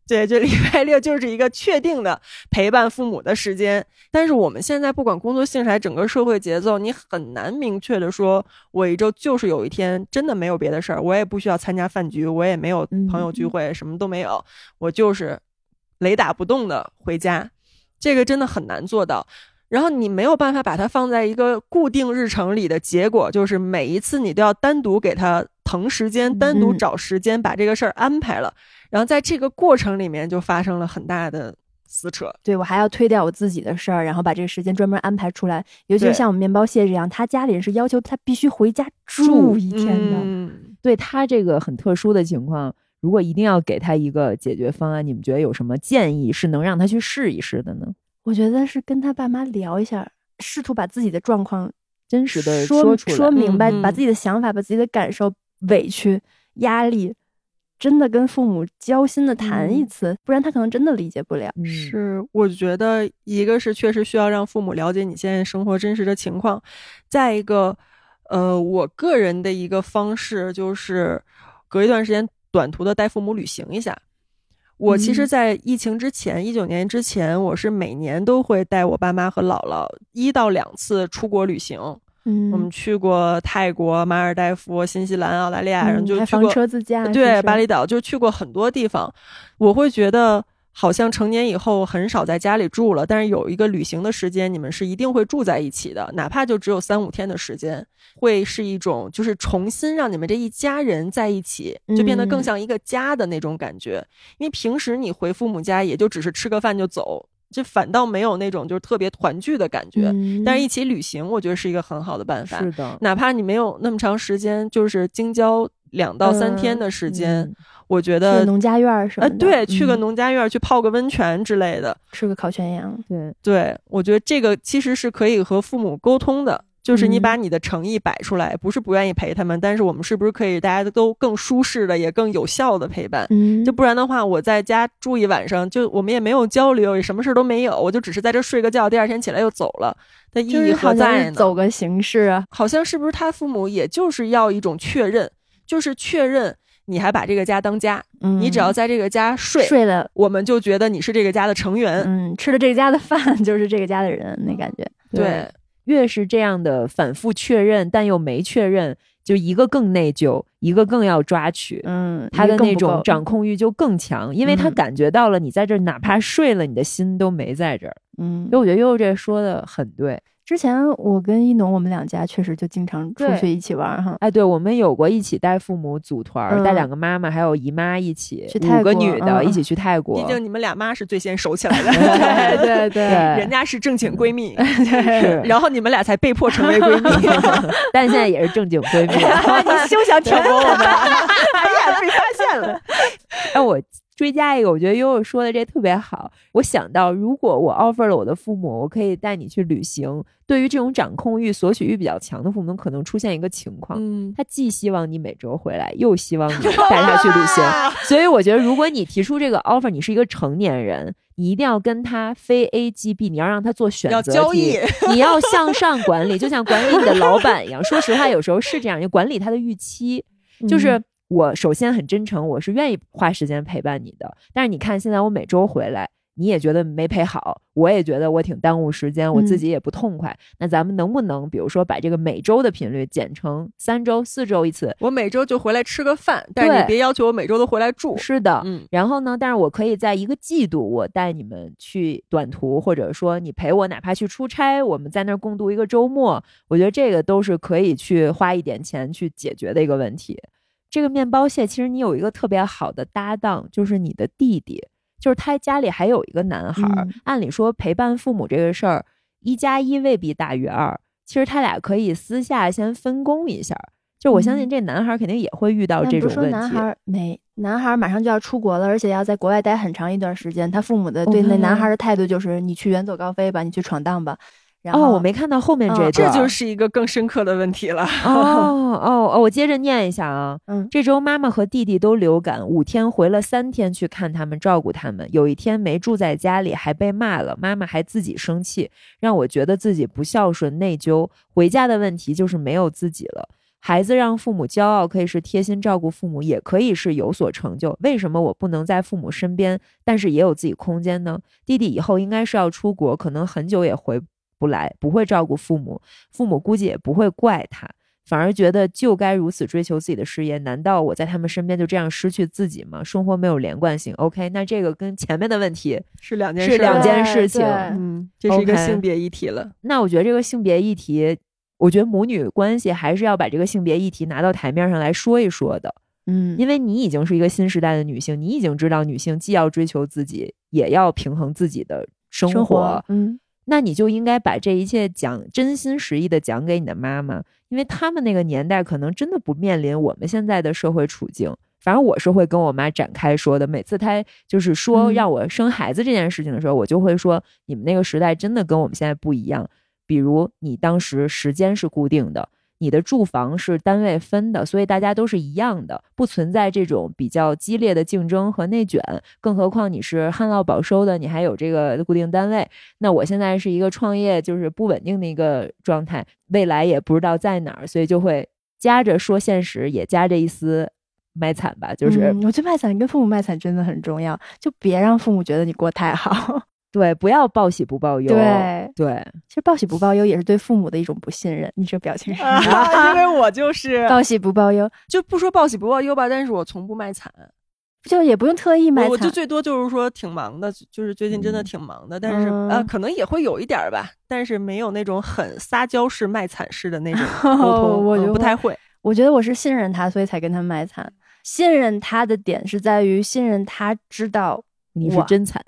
Speaker 3: 对，这礼拜六就是一个确定的陪伴父母的时间。但是我们现在不管工作性质还整个社会节奏，你很难明确的说我一周就是有一天真的没有别的事儿，我也不需要参加饭局，我也没有朋友聚会、嗯、什么都没有，我就是雷打不动的回家，这个真的很难做到。然后你没有办法把它放在一个固定日程里的结果，就是每一次你都要单独给它腾时间，单独找时间把这个事儿安排了、嗯、然后在这个过程里面就发生了很大的撕扯。
Speaker 1: 对，我还要推掉我自己的事儿，然后把这个时间专门安排出来。尤其是像我们面包蟹这样，他家里人是要求他必须回家住一天的、
Speaker 2: 嗯、对他这个很特殊的情况，如果一定要给他一个解决方案，你们觉得有什么建议是能让他去试一试的呢？
Speaker 1: 我觉得是跟他爸妈聊一下，试图把自己的状况
Speaker 2: 真实的
Speaker 1: 说
Speaker 2: 说出来，
Speaker 1: 说明白、
Speaker 3: 嗯嗯、
Speaker 1: 把自己的想法、把自己的感受、委屈、压力真的跟父母交心的谈一次、嗯、不然他可能真的理解不了、
Speaker 3: 嗯、是，我觉得一个是确实需要让父母了解你现在生活真实的情况，再一个呃，我个人的一个方式就是隔一段时间短途的带父母旅行一下。我其实在疫情之前一九、嗯、年之前，我是每年都会带我爸妈和姥姥一到两次出国旅行。嗯，我们去过泰国、马尔代夫、新西兰、澳大利亚，然后就去过、
Speaker 1: 嗯、房车自驾，
Speaker 3: 对，巴厘岛，就去过很多地方。我会觉得好像成年以后很少在家里住了，但是有一个旅行的时间，你们是一定会住在一起的，哪怕就只有三五天的时间，会是一种就是重新让你们这一家人在一起，就变得更像一个家的那种感觉、嗯、因为平时你回父母家也就只是吃个饭就走，这反倒没有那种就是特别团聚的感觉、嗯、但是一起旅行我觉得是一个很好的办法。
Speaker 2: 是的，
Speaker 3: 哪怕你没有那么长时间，就是京郊两到三天的时间、嗯、我觉得
Speaker 1: 去农家院什么的、
Speaker 3: 呃、对，去个农家院、嗯、去泡个温泉之类的，
Speaker 1: 吃个烤全羊。
Speaker 2: 对
Speaker 3: 对，我觉得这个其实是可以和父母沟通的，就是你把你的诚意摆出来、嗯、不是不愿意陪他们，但是我们是不是可以大家都更舒适的也更有效的陪伴、嗯、就不然的话我在家住一晚上，就我们也没有交流，也什么事都没有，我就只是在这睡个觉，第二天起来又走了，那意义何在呢？
Speaker 1: 就是、走个形式啊，
Speaker 3: 好像是不是他父母也就是要一种确认，就是确认你还把这个家当家、嗯、你只要在这个家睡
Speaker 1: 睡了，
Speaker 3: 我们就觉得你是这个家的成员，
Speaker 1: 嗯，吃了这个家的饭就是这个家的人，那感觉。
Speaker 3: 对，
Speaker 2: 对，越是这样的反复确认但又没确认，就一个更内疚，一个更要抓取，
Speaker 1: 嗯，
Speaker 2: 他的那种掌控欲就更强，因为他感觉到了你在这儿、嗯、哪怕睡了你的心都没在这儿。
Speaker 1: 嗯，
Speaker 2: 所以我觉得悠悠这说的很对。
Speaker 1: 之前我跟一农我们两家确实就经常出去一起玩哈。
Speaker 2: 哎，对，我们有过一起带父母组团、嗯、带两个妈妈还有姨妈一起
Speaker 1: 去泰国，
Speaker 2: 五个女的、嗯、一起去泰国。
Speaker 3: 毕竟你们俩妈是最先熟起来的。
Speaker 1: 对对对，
Speaker 3: 人家是正经闺蜜，
Speaker 1: 对，
Speaker 3: 然后你们俩才被迫成为闺蜜。
Speaker 2: 但现在也是正经闺蜜。
Speaker 1: 你休想挑拨我们。哎
Speaker 3: 呀，被发现了。
Speaker 2: 哎，我追加一个，我觉得悠悠说的这特别好。我想到，如果我 offer 了我的父母，我可以带你去旅行。对于这种掌控欲、索取欲比较强的父母，可能出现一个情况，嗯，他既希望你每周回来，又希望你带他去旅行。所以我觉得，如果你提出这个 offer， 你是一个成年人，你一定要跟他非 A 即 B， 你要让他做选择题，
Speaker 3: 要交易，
Speaker 2: 你要向上管理，就像管理你的老板一样。说实话，有时候是这样，你管理他的预期，就是。嗯，我首先很真诚，我是愿意花时间陪伴你的，但是你看现在我每周回来，你也觉得没陪好，我也觉得我挺耽误时间，我自己也不痛快、嗯、那咱们能不能比如说把这个每周的频率减成三周四周一次，
Speaker 3: 我每周就回来吃个饭，但是你别要求我每周都回来住。
Speaker 2: 是的，
Speaker 3: 嗯，
Speaker 2: 然后呢，但是我可以在一个季度我带你们去短途，或者说你陪我哪怕去出差，我们在那儿共度一个周末，我觉得这个都是可以去花一点钱去解决的一个问题。这个面包蟹其实你有一个特别好的搭档，就是你的弟弟，就是他家里还有一个男孩、嗯、按理说陪伴父母这个事儿一加一未必大于二，其实他俩可以私下先分工一下，就我相信这男孩肯定也会遇到这种问题。
Speaker 1: 男孩没，男孩马上就要出国了，而且要在国外待很长一段时间，他父母的对那男孩的态度就是你去远走高飞吧，你去闯荡吧。然后
Speaker 2: 哦，我没看到后面这段、
Speaker 3: 哦、这就是一个更深刻的问题了。
Speaker 2: 哦哦哦，我接着念一下啊。
Speaker 1: 嗯，
Speaker 2: 这周妈妈和弟弟都流感，五天回了三天去看他们，照顾他们。有一天没住在家里，还被骂了，妈妈还自己生气，让我觉得自己不孝顺、内疚。回家的问题就是没有自己了。 孩子让父母骄傲可以是贴心照顾父母，也可以是有所成就。为什么我不能在父母身边，但是也有自己空间呢？弟弟以后应该是要出国，可能很久也回不来，不会照顾父母，父母估计也不会怪他，反而觉得就该如此追求自己的事业。难道我在他们身边就这样失去自己吗？生活没有连贯性。 OK， 那这个跟前面的问题
Speaker 3: 是两件事，
Speaker 2: 是两件事情。
Speaker 3: 嗯，这是一个性别议题了。
Speaker 2: Okay， 那我觉得这个性别议题，我觉得母女关系还是要把这个性别议题拿到台面上来说一说的。
Speaker 1: 嗯，
Speaker 2: 因为你已经是一个新时代的女性，你已经知道女性既要追求自己，也要平衡自己的生活。
Speaker 1: 生活嗯，
Speaker 2: 那你就应该把这一切讲真心实意的讲给你的妈妈，因为他们那个年代可能真的不面临我们现在的社会处境。反正我是会跟我妈展开说的，每次她就是说让我生孩子这件事情的时候，嗯、我就会说你们那个时代真的跟我们现在不一样。比如你当时时间是固定的，你的住房是单位分的，所以大家都是一样的，不存在这种比较激烈的竞争和内卷。更何况你是旱涝保收的，你还有这个固定单位。那我现在是一个创业就是不稳定的一个状态，未来也不知道在哪儿，所以就会夹着说现实，也夹着一丝卖惨吧。就是、
Speaker 1: 嗯、我觉得卖惨跟父母卖惨真的很重要，就别让父母觉得你过太好。
Speaker 2: 对，不要报喜不报忧。
Speaker 1: 对
Speaker 2: 对，
Speaker 1: 其实报喜不报忧也是对父母的一种不信任。你这个表情是、
Speaker 3: 啊、因为我就是
Speaker 1: 报喜不报忧，
Speaker 3: 就不说报喜不报忧吧，但是我从不卖惨，
Speaker 1: 就也不用特意卖惨，
Speaker 3: 我就最多就是说挺忙的，就是最近真的挺忙的，嗯、但是、嗯、呃可能也会有一点吧，但是没有那种很撒娇式卖惨式的那种沟通，
Speaker 1: 哦、我
Speaker 3: 嗯、不太会。
Speaker 1: 我觉得我是信任他，所以才跟他卖惨。信任他的点是在于信任他知道
Speaker 2: 你是真惨。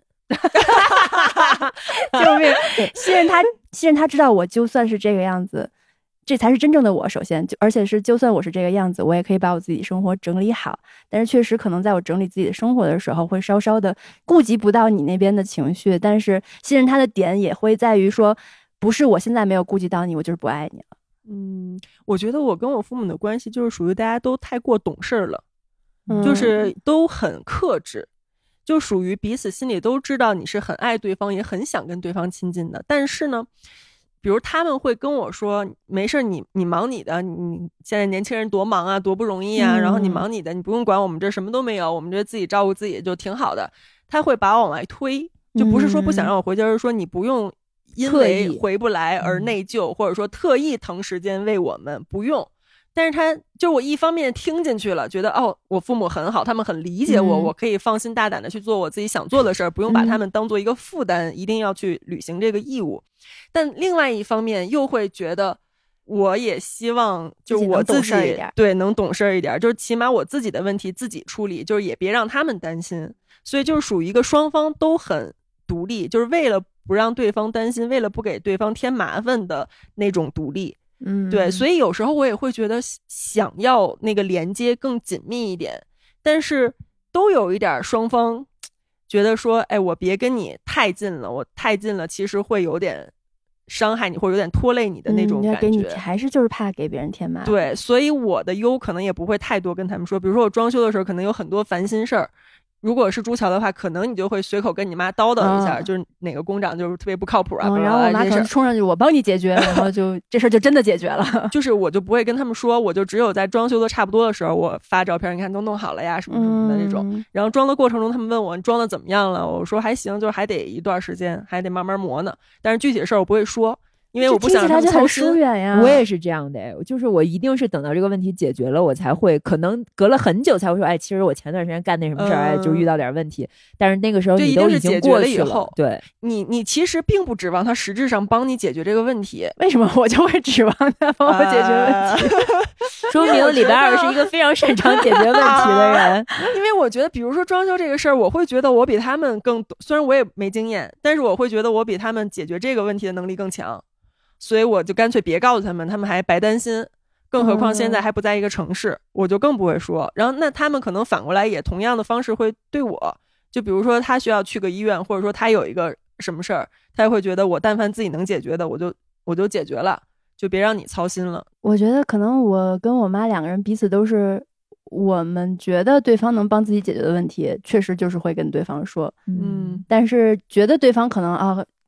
Speaker 1: 救命！信任他，信任他知道我就算是这个样子，这才是真正的我。首先，就而且是就算我是这个样子，我也可以把我自己生活整理好。但是确实可能在我整理自己的生活的时候，会稍稍的顾及不到你那边的情绪。但是信任他的点也会在于说，不是我现在没有顾及到你，我就是不爱你了。
Speaker 3: 嗯，我觉得我跟我父母的关系就是属于大家都太过懂事了，
Speaker 1: 嗯、
Speaker 3: 就是都很克制。就属于彼此心里都知道你是很爱对方，也很想跟对方亲近的。但是呢，比如他们会跟我说没事，你你忙你的，你现在年轻人多忙啊，多不容易啊、嗯、然后你忙你的，你不用管我们这什么都没有，我们这自己照顾自己就挺好的。他会把我往外推，就不是说不想让我回家、嗯、而是说你不用因为回不来而内疚、嗯、或者说特意腾时间为我们，不用。但是他就我一方面听进去了，觉得哦，我父母很好，他们很理解我、嗯、我可以放心大胆的去做我自己想做的事儿，不用把他们当做一个负担、嗯、一定要去履行这个义务。但另外一方面又会觉得我也希望就我自己, 自己对能懂事一点，就是起码我自己的问题自己处理，就是也别让他们担心。所以就是属于一个双方都很独立，就是为了不让对方担心，为了不给对方添麻烦的那种独立。
Speaker 1: 嗯，
Speaker 3: 对，所以有时候我也会觉得想要那个连接更紧密一点，但是都有一点双方觉得说，哎，我别跟你太近了，我太近了其实会有点伤害你，或者有点拖累你的那种感觉。嗯、
Speaker 1: 给你还是就是怕给别人添麻烦。
Speaker 3: 对，所以我的忧可能也不会太多跟他们说，比如说我装修的时候可能有很多烦心事儿。如果是朱桥的话，可能你就会随口跟你妈叨叨一下、嗯、就是哪个工长就是特别不靠谱啊、
Speaker 1: 嗯、然后我妈可能冲上去我帮你解决，然后就这事儿就真的解决了。
Speaker 3: 就是我就不会跟他们说，我就只有在装修的差不多的时候我发照片，你看都弄好了呀什么什么的这种、嗯、然后装的过程中他们问我你装的怎么样了，我说还行，就是还得一段时间，还得慢慢磨呢，但是具体的事儿我不会说，因为我不想让他们操心。
Speaker 2: 我也是这样的，就是我一定是等到这个问题解决了我才会，可能隔了很久才会说，哎，其实我前段时间干那什么事儿、嗯、哎，就遇到点问题，但是那个时候你都已经过去了。
Speaker 3: 以后
Speaker 2: 对，
Speaker 3: 你你其实并不指望他实质上帮你解决这个问题。
Speaker 1: 为什么我就会指望他帮我解决问题、呃、
Speaker 2: 说明李白尔是一个非常擅长解决问题的人、啊、
Speaker 3: 因为我觉得比如说装修这个事儿，我会觉得我比他们更懂，虽然我也没经验，但是我会觉得我比他们解决这个问题的能力更强，所以我就干脆别告诉他们，他们还白担心，更何况现在还不在一个城市、嗯、我就更不会说。然后那他们可能反过来也同样的方式会对我，就比如说他需要去个医院，或者说他有一个什么事儿，他会觉得我但凡自己能解决的我就我就解决了，就别让你操心了。
Speaker 1: 我觉得可能我跟我妈两个人彼此都是，我们觉得对方能帮自己解决的问题确实就是会跟对方说，
Speaker 3: 嗯，
Speaker 1: 但是觉得对方可能啊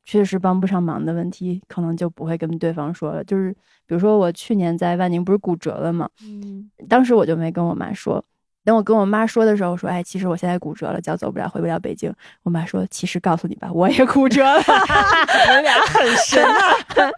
Speaker 1: 确实帮不上忙的问题，可能就不会跟对方说了。就是比如说我去年在万宁不是骨折了吗？
Speaker 3: 嗯，
Speaker 1: 当时我就没跟我妈说。等我跟我妈说的时候，说，哎，其实我现在骨折了，脚走不了，回不了北京。我妈说，其实告诉你吧，我也骨折了。
Speaker 3: 你们俩很神啊，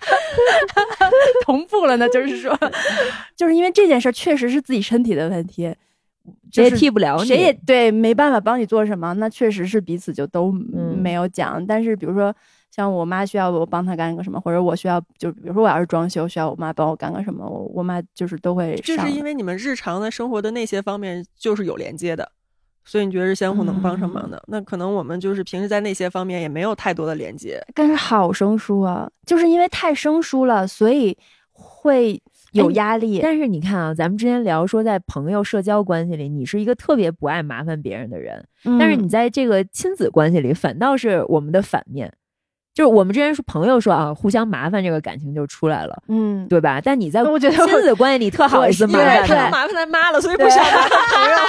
Speaker 1: 同步了呢。就是说，就是因为这件事确实是自己身体的问题，谁
Speaker 2: 也替不了你，
Speaker 1: 谁也对没办法帮你做什么，那确实是彼此就都没有讲。嗯、但是比如说，像我妈需要我帮她干个什么，或者我需要，就比如说我要是装修需要我妈帮我干个什么，我我妈就是都会上。
Speaker 3: 就是因为你们日常的生活的那些方面就是有连接的，所以你觉得是相互能帮上忙的。嗯、那可能我们就是平时在那些方面也没有太多的连接，
Speaker 1: 但是好生疏啊，就是因为太生疏了，所以会有压力。
Speaker 2: 但是你看啊，咱们之前聊说在朋友社交关系里，你是一个特别不爱麻烦别人的人，嗯、但是你在这个亲子关系里反倒是我们的反面。就是我们之前说朋友说啊，互相麻烦这个感情就出来了，嗯，对吧？但你在亲子关系里特好意思麻烦
Speaker 3: 他，他麻烦他妈了，所以不想麻烦朋友。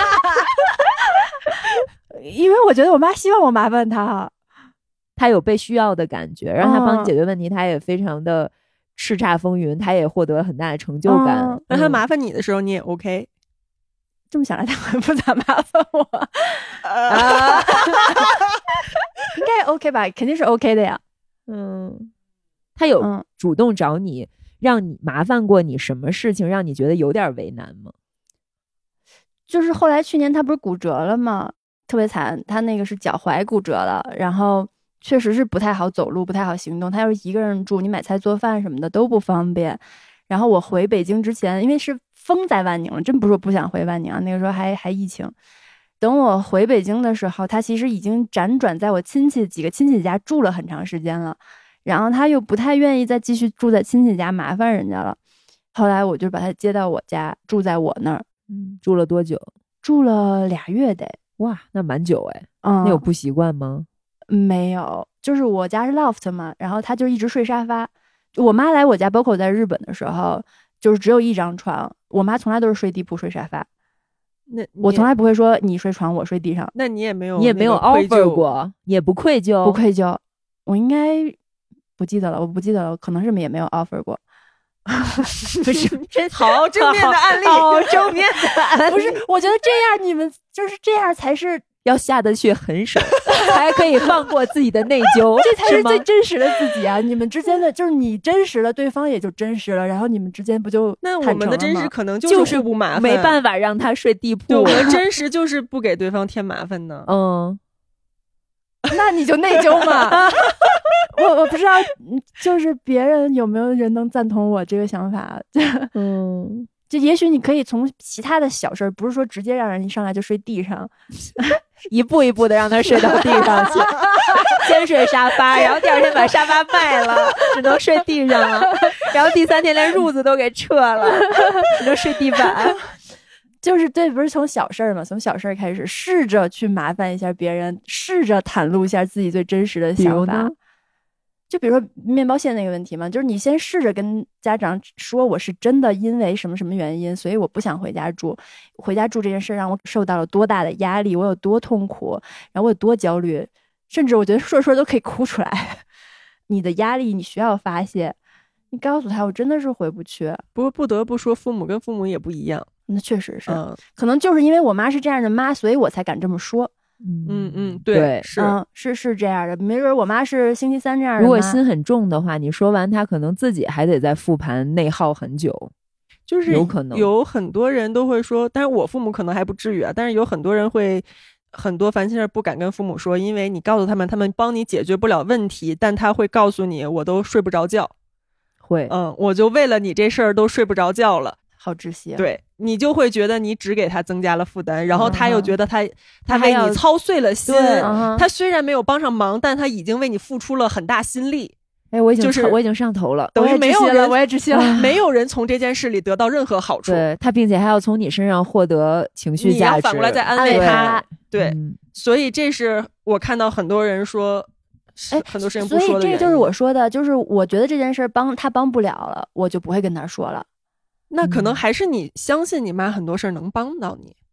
Speaker 1: 因为我觉得我妈希望我麻烦她，
Speaker 2: 她有被需要的感觉，让她帮你解决问题，她、嗯、也非常的叱咤风云，她也获得了很大的成就感。
Speaker 1: 嗯、
Speaker 3: 那她麻烦你的时候，你也 OK。
Speaker 1: 这么想来，他还不咋麻烦我，啊、应该 OK 吧？肯定是 OK 的呀。
Speaker 2: 嗯，他有主动找你，嗯、让你麻烦过你什么事情，让你觉得有点为难吗？
Speaker 1: 就是后来去年他不是骨折了吗？特别惨，他那个是脚踝骨折了，然后确实是不太好走路，不太好行动。他要是一个人住，你买菜做饭什么的都不方便。然后我回北京之前，因为是封在万宁了，真不是说不想回万宁啊，那个时候还还疫情。等我回北京的时候，他其实已经辗转在我亲戚几个亲戚家住了很长时间了，然后他又不太愿意再继续住在亲戚家，麻烦人家了。后来我就把他接到我家，住在我那儿。
Speaker 2: 嗯，住了多久？
Speaker 1: 住了俩月得。
Speaker 2: 哇，那蛮久哎。
Speaker 1: 嗯，
Speaker 2: 那有不习惯吗？
Speaker 1: 没有，就是我家是 loft 嘛，然后他就一直睡沙发。我妈来我家，包括我在日本的时候，就是只有一张床，我妈从来都是睡地铺睡沙发。
Speaker 3: 那
Speaker 1: 我从来不会说你睡床我睡地上。
Speaker 3: 那你也没有
Speaker 2: 你也没有 offer 过，你也不愧疚？
Speaker 1: 不愧疚，我应该不记得了，我不记得了，可能是也没有 offer 过。
Speaker 2: 不是，真
Speaker 3: 好正面的案例，
Speaker 2: 好正面的案例。
Speaker 1: 不是，我觉得这样你们就是这样才是
Speaker 2: 要下得去狠手，才可以放过自己的内疚，
Speaker 1: 这才是最真实的自己啊！你们之间的就是你真实了，对方也就真实了，然后你们之间不就
Speaker 3: 那我们的真实可能
Speaker 2: 就是
Speaker 3: 不麻烦，
Speaker 2: 没办法让他睡地铺。
Speaker 3: 我们真实就是不给对方添麻烦呢。
Speaker 2: 嗯，
Speaker 1: 那你就内疚嘛。我我不知道，就是别人有没有人能赞同我这个想法？嗯。就也许你可以从其他的小事，不是说直接让人一上来就睡地上，
Speaker 2: 一步一步的让他睡到地上去，先睡沙发，然后第二天把沙发卖了，只能睡地上了，然后第三天连褥子都给撤了，只能睡地板。
Speaker 1: 就是对，不是从小事嘛，从小事开始，试着去麻烦一下别人，试着袒露一下自己最真实的想法。就比如说面包屑那个问题嘛，就是你先试着跟家长说，我是真的因为什么什么原因，所以我不想回家住。回家住这件事让我受到了多大的压力，我有多痛苦，然后我有多焦虑，甚至我觉得说着说着都可以哭出来。你的压力你需要发泄，你告诉他我真的是回不去。
Speaker 3: 不过不得不说，父母跟父母也不一样。
Speaker 1: 那确实是、嗯、可能就是因为我妈是这样的妈，所以我才敢这么说。
Speaker 3: 嗯嗯，对，是、
Speaker 1: 嗯、是是这样的，没准我妈是星期三这样的。
Speaker 2: 如果心很重的话，你说完她可能自己还得再复盘内耗很久，
Speaker 3: 就是
Speaker 2: 有可能
Speaker 3: 有很多人都会说，但是我父母可能还不至于啊，但是有很多人会很多烦心事不敢跟父母说，因为你告诉他们，他们帮你解决不了问题，但他会告诉你，我都睡不着觉，
Speaker 2: 会，
Speaker 3: 嗯，我就为了你这事儿都睡不着觉了。
Speaker 1: 好窒息、啊，
Speaker 3: 对，你就会觉得你只给他增加了负担，然后他又觉得他、uh-huh. 他为你操碎了心，
Speaker 1: uh-huh.
Speaker 3: 他虽然没有帮上忙，但他已经为你付出了很大心力。
Speaker 2: 哎，我已经
Speaker 3: 就是
Speaker 2: 我已经上头了，
Speaker 3: 等于没有人，
Speaker 1: 我也窒息了，
Speaker 3: 没有人从这件事里得到任何好处。
Speaker 2: 对他，并且还要从你身上获得情绪价值，
Speaker 3: 你要反过来再安慰他。对，
Speaker 2: 嗯、
Speaker 3: 所以这是我看到很多人说，哎，很多事情不说的原因。
Speaker 1: 所以这就是我说的，就是我觉得这件事帮他帮不了了，我就不会跟他说了。
Speaker 3: 那可能还是你相信你妈很多事儿能帮到你。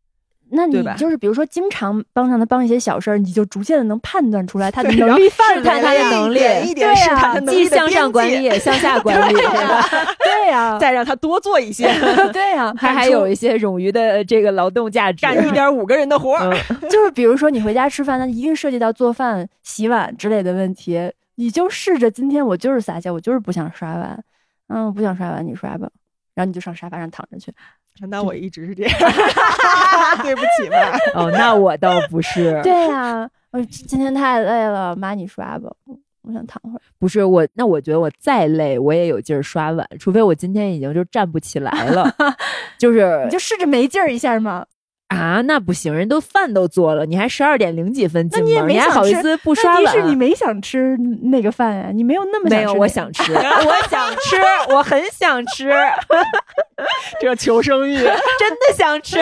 Speaker 1: 那你就是比如说经常帮上他帮一些小事儿，你就逐渐的能判断出来他的能力范围，
Speaker 2: 看他的能力，
Speaker 3: 对呀，
Speaker 2: 既向上管理也向下管理，
Speaker 1: 对呀，
Speaker 3: 再让他多做一些，
Speaker 1: 对呀，
Speaker 2: 他还有一些冗余的这个劳动价值，
Speaker 3: 干一点五个人的活儿。
Speaker 1: 就是比如说你回家吃饭，那一定涉及到做饭、洗碗之类的问题，你就试着今天我就是撒娇，我就是不想刷碗，嗯，我不想刷碗，你刷吧，然后你就上沙发上躺着去。
Speaker 3: 那我一直是这样，对不起吧。
Speaker 2: 哦，那我倒不是。
Speaker 1: 对呀、啊，我今天太累了，妈你刷吧，我想躺会儿。
Speaker 2: 不是我，那我觉得我再累，我也有劲儿刷碗，除非我今天已经就站不起来了，就是
Speaker 1: 你就试着没劲儿一下嘛。
Speaker 2: 啊，那不行，人都饭都做了，你还十二点零几分进门，
Speaker 1: 你也没
Speaker 2: 你还好意思不刷碗？
Speaker 1: 问题是你没想吃那个饭呀、啊，你没有那么想吃、那个。
Speaker 2: 没有，我想吃，我想吃，我很想吃，
Speaker 3: 这求生欲，
Speaker 2: 真的想吃。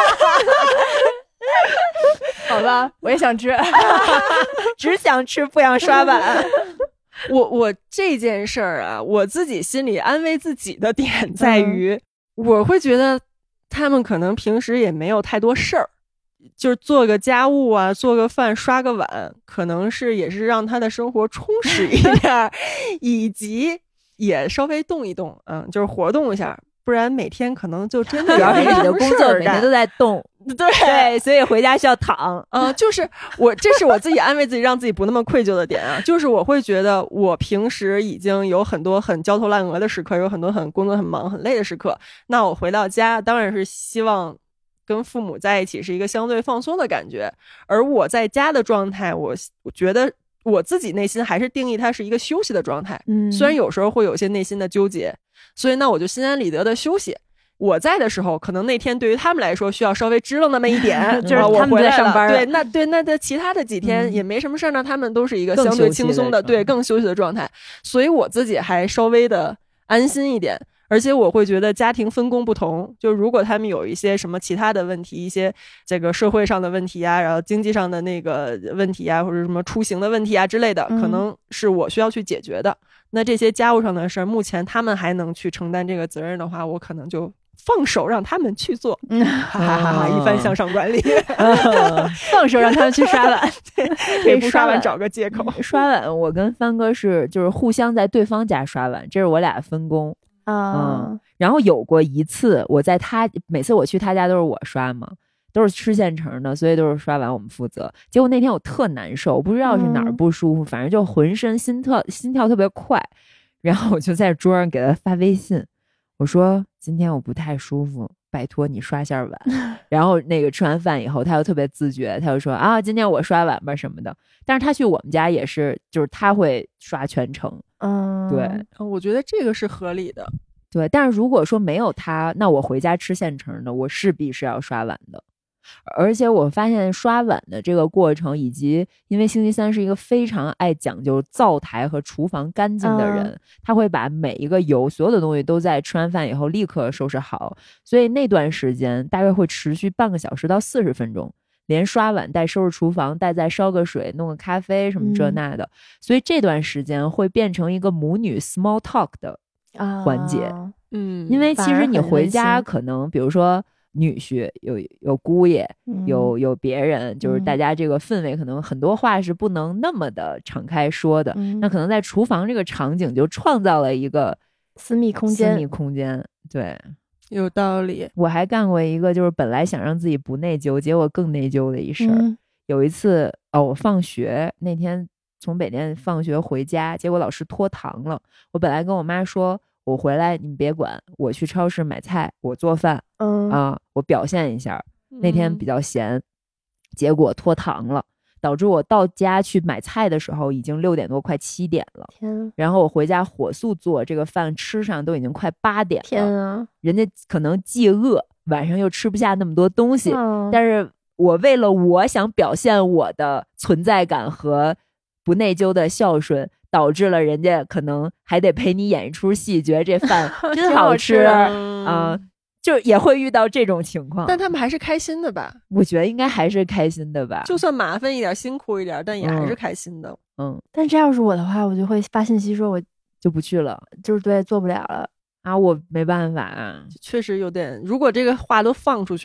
Speaker 1: 好吧，我也想吃，
Speaker 2: 只想吃，不想刷碗。
Speaker 3: 我我这件事儿啊，我自己心里安慰自己的点在于，嗯、我会觉得。他们可能平时也没有太多事儿，就是做个家务啊，做个饭，刷个碗，可能是也是让他的生活充实一点，以及也稍微动一动，嗯，就是活动一下，不然每天可能就真的
Speaker 2: 主要是你的工作每天都在动。
Speaker 3: 对
Speaker 2: 对，所以回家需要躺。
Speaker 3: 嗯、呃，就是我，这是我自己安慰自己，让自己不那么愧疚的点啊。就是我会觉得，我平时已经有很多很焦头烂额的时刻，有很多很工作很忙很累的时刻。那我回到家，当然是希望跟父母在一起是一个相对放松的感觉。而我在家的状态，我我觉得我自己内心还是定义它是一个休息的状态。嗯，虽然有时候会有些内心的纠结，所以那我就心安理得的休息。我在的时候，可能那天对于他们来说需要稍微支棱那么一点，
Speaker 1: 就是他们在上班。
Speaker 3: 对，那对那的其他的几天也没什么事儿，那他们都是一个相对轻松的，对，更休息的状态。所以我自己还稍微的安心一点，而且我会觉得家庭分工不同，就如果他们有一些什么其他的问题，一些这个社会上的问题啊，然后经济上的那个问题啊，或者什么出行的问题啊之类的，可能是我需要去解决的。嗯、那这些家务上的事儿，目前他们还能去承担这个责任的话，我可能就放手让他们去做，嗯、哈哈哈哈！一番向上管理，
Speaker 1: 嗯、放手让他们去刷碗，
Speaker 3: 给不刷碗找个借口。
Speaker 2: 刷碗，我跟帆哥是就是互相在对方家刷碗，这是我俩分工啊、嗯。然后有过一次，我在他每次我去他家都是我刷嘛，都是吃现成的，所以都是刷碗我们负责。结果那天我特难受，不知道是哪儿不舒服，嗯、反正就浑身心特心跳特别快，然后我就在桌上给他发微信。我说今天我不太舒服，拜托你刷下碗。然后那个吃完饭以后，他又特别自觉，他就说啊，今天我刷碗吧什么的。但是他去我们家也是，就是他会刷全程。嗯，对，
Speaker 3: 我觉得这个是合理的。
Speaker 2: 对，但是如果说没有他，那我回家吃现成的，我势必是要刷碗的。而且我发现刷碗的这个过程，以及因为星期三是一个非常爱讲究灶台和厨房干净的人、嗯、他会把每一个油所有的东西都在吃完饭以后立刻收拾好，所以那段时间大概会持续半个小时到四十分钟，连刷碗带收拾厨房带再烧个水弄个咖啡什么这那的、嗯、所以这段时间会变成一个母女 small talk 的环节、啊、嗯，因为其实你回家可能比如说女婿有有姑爷有有别人，就是大家这个氛围可能很多话是不能那么的敞开说的、嗯、那可能在厨房这个场景就创造了一个
Speaker 1: 私密空间
Speaker 2: 私密空间。对，
Speaker 3: 有道理。
Speaker 2: 我还干过一个就是本来想让自己不内疚结果更内疚的一事儿、嗯、有一次哦，我放学那天从北电放学回家，结果老师拖堂了，我本来跟我妈说我回来你们别管，我去超市买菜，我做饭，嗯啊，我表现一下。那天比较闲、嗯、结果拖堂了，导致我到家去买菜的时候已经六点多快七点了。天，然后我回家火速做这个饭，吃上都已经快八点了。
Speaker 1: 天啊，
Speaker 2: 人家可能既饿，晚上又吃不下那么多东西、嗯、但是我为了我想表现我的存在感和不内疚的孝顺，导致了人家可能还得陪你演一出戏，觉得这饭真好吃啊、呃，就也会遇到这种情况。
Speaker 3: 但他们还是开心的吧？
Speaker 2: 我觉得应该还是开心的吧，
Speaker 3: 就算麻烦一点辛苦一点，但也还是开心的。
Speaker 2: 嗯，
Speaker 1: 但这要是我的话，我就会发信息说我
Speaker 2: 就不去了，
Speaker 1: 就是对做不了了
Speaker 2: 啊，我没办法啊，
Speaker 3: 确实有点，如果这个话都放出去了，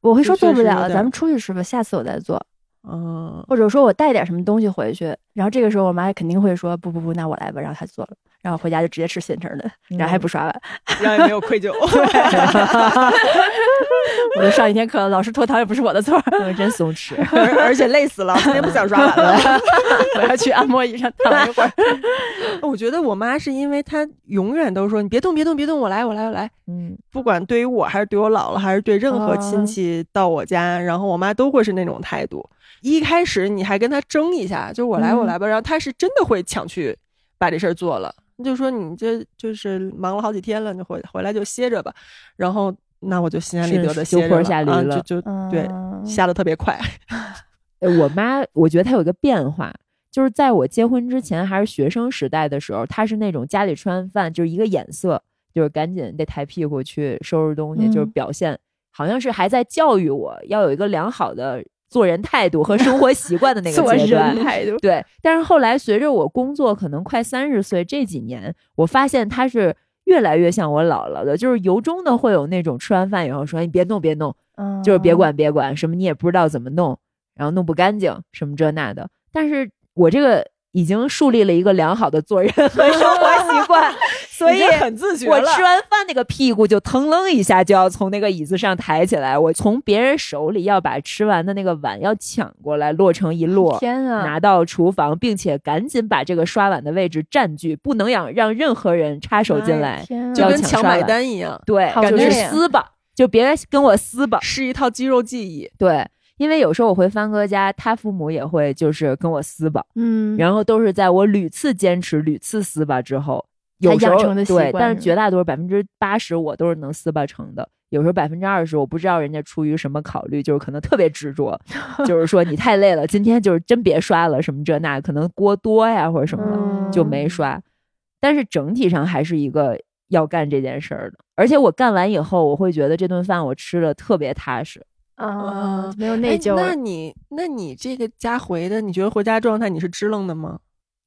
Speaker 1: 我会说做不了了，咱们出去吃吧，下次我再做。
Speaker 3: 嗯，
Speaker 1: 或者说我带点什么东西回去，然后这个时候我妈肯定会说不不不，那我来吧，然后她做了，然后回家就直接吃现成的，然后还不刷碗，
Speaker 3: 然后也没有愧疚。
Speaker 1: 我都上一天课了，老师拖堂也不是我的错，
Speaker 2: 真松弛，
Speaker 3: 而, 而且累死了，今天不想刷碗了，
Speaker 1: 我要去按摩椅上躺一会儿。
Speaker 3: 我觉得我妈是因为她永远都说你别动别动别动，我来我来我来。
Speaker 2: 嗯，
Speaker 3: 不管对于我还是对我姥姥还是对任何亲戚到我家，哦、然后我妈都会是那种态度。一开始你还跟她争一下，就我来我来吧，嗯、然后她是真的会抢去把这事儿做了，就说你这就是忙了好几天了，你回回来就歇着吧。然后那我就心安理得的歇着了，
Speaker 2: 下驴了，
Speaker 3: 啊、就就、嗯、对，下的特别快。
Speaker 2: 我妈，我觉得她有一个变化。就是在我结婚之前还是学生时代的时候，她是那种家里吃完饭就是一个眼色，就是赶紧得抬屁股去收拾东西，嗯、就是表现好像是还在教育我要有一个良好的做人态度和生活习惯的那个阶段。
Speaker 1: 做人态度
Speaker 2: 对，但是后来随着我工作可能快三十岁这几年，我发现她是越来越像我姥姥的，就是由衷的会有那种吃完饭以后说你别弄别弄，嗯、就是别管别管，什么你也不知道怎么弄，然后弄不干净什么这那的。但是我这个已经树立了一个良好的做人和生活习惯，所以
Speaker 3: 很自觉了。
Speaker 2: 我吃完饭那个屁股就腾楞一下就要从那个椅子上抬起来，我从别人手里要把吃完的那个碗要抢过来，摞成一摞，
Speaker 1: 天啊，
Speaker 2: 拿到厨房，并且赶紧把这个刷碗的位置占据，不能让让任何人插手进来，
Speaker 3: 哎、就跟抢买单一样。
Speaker 2: 对，就是撕吧，就别跟我撕吧，
Speaker 3: 是一套肌肉记忆。
Speaker 2: 对。因为有时候我回帆哥家，他父母也会就是跟我撕吧，
Speaker 1: 嗯，
Speaker 2: 然后都是在我屡次坚持、屡次撕吧之后，有时候对，但是绝大多数百分之八十我都是能撕吧成的。有时候百分之二十我不知道人家出于什么考虑，就是可能特别执着，就是说你太累了，今天就是真别刷了，什么这那，可能锅多呀或者什么的、嗯、就没刷。但是整体上还是一个要干这件事儿的，而且我干完以后，我会觉得这顿饭我吃的特别踏实。
Speaker 1: 啊、嗯，没有内疚、
Speaker 3: 哎。那你那你这个家回的，你觉得回家状态你是支棱的吗？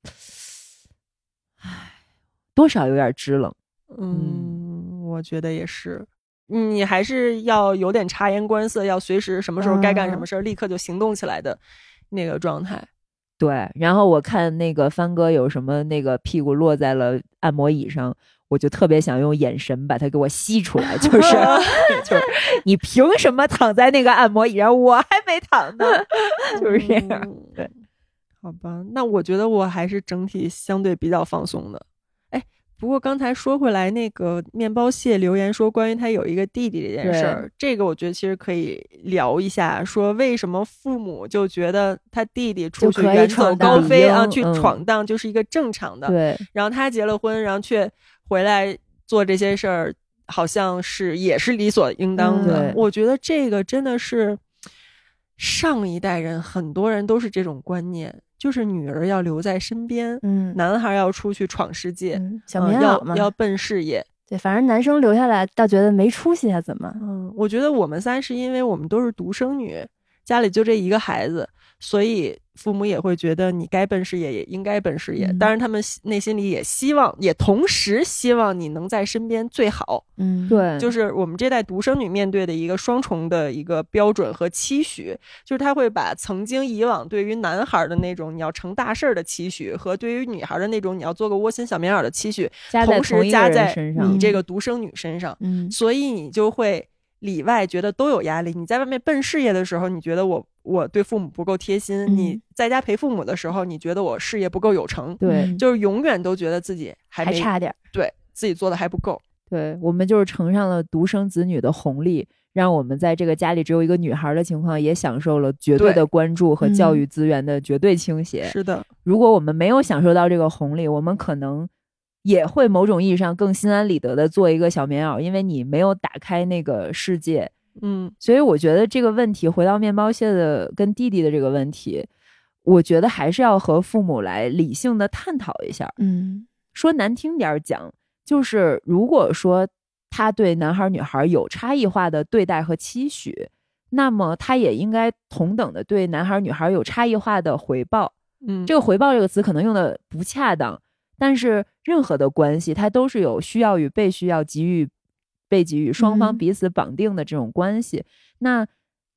Speaker 2: 唉，多少有点支棱。
Speaker 3: 嗯，嗯我觉得也是。你还是要有点察言观色，要随时什么时候该干什么事儿、嗯，立刻就行动起来的那个状态。
Speaker 2: 对，然后我看那个帆哥有什么那个屁股落在了按摩椅上。我就特别想用眼神把它给我吸出来，就是就是你凭什么躺在那个按摩椅上，我还没躺呢，就是这样。对，
Speaker 3: 好吧，那我觉得我还是整体相对比较放松的。哎，不过刚才说回来，那个面包蟹留言说关于他有一个弟弟这件事儿，这个我觉得其实可以聊一下，说为什么父母就觉得他弟弟出去远走高飞啊，去闯荡就是一个正常的，
Speaker 2: 对、
Speaker 3: 嗯，然后他结了婚，然后却回来做这些事儿，好像是也是理所应当的、
Speaker 2: 嗯。
Speaker 3: 我觉得这个真的是上一代人很多人都是这种观念，就是女儿要留在身边，
Speaker 1: 嗯，
Speaker 3: 男孩要出去闯世界，
Speaker 1: 嗯、小棉袄嘛、
Speaker 3: 呃、要, 要奔事业。
Speaker 1: 对，反正男生留下来倒觉得没出息啊，怎么？
Speaker 3: 嗯，我觉得我们仨是因为我们都是独生女，家里就这一个孩子，所以父母也会觉得你该奔事业也应该奔事业、嗯、当然他们内心里也希望，也同时希望你能在身边最好。
Speaker 2: 嗯，对，
Speaker 3: 就是我们这代独生女面对的一个双重的一个标准和期许，就是他会把曾经以往对于男孩的那种你要成大事的期许和对于女孩的那种你要做个窝心小棉袄的期许同时加在你这个独生女身上、
Speaker 2: 嗯、
Speaker 3: 所以你就会里外觉得都有压力。你在外面奔事业的时候，你觉得我我对父母不够贴心、嗯、你在家陪父母的时候，你觉得我事业不够有成，
Speaker 2: 对，
Speaker 3: 就是永远都觉得自己还没
Speaker 1: 还差点，
Speaker 3: 对自己做的还不够。
Speaker 2: 对，我们就是乘上了独生子女的红利，让我们在这个家里只有一个女孩的情况也享受了绝对的关注和教育资源的绝对倾斜、
Speaker 3: 嗯、是的，
Speaker 2: 如果我们没有享受到这个红利，我们可能也会某种意义上更心安理得的做一个小棉袄，因为你没有打开那个世界。
Speaker 3: 嗯，
Speaker 2: 所以我觉得这个问题回到面包蟹的跟弟弟的这个问题，我觉得还是要和父母来理性的探讨一下。
Speaker 1: 嗯，
Speaker 2: 说难听点讲，就是如果说他对男孩女孩有差异化的对待和期许，那么他也应该同等的对男孩女孩有差异化的回报。
Speaker 3: 嗯，
Speaker 2: 这个回报这个词可能用的不恰当，但是任何的关系它都是有需要与被需要、给予被给予双方彼此绑定的这种关系、嗯、那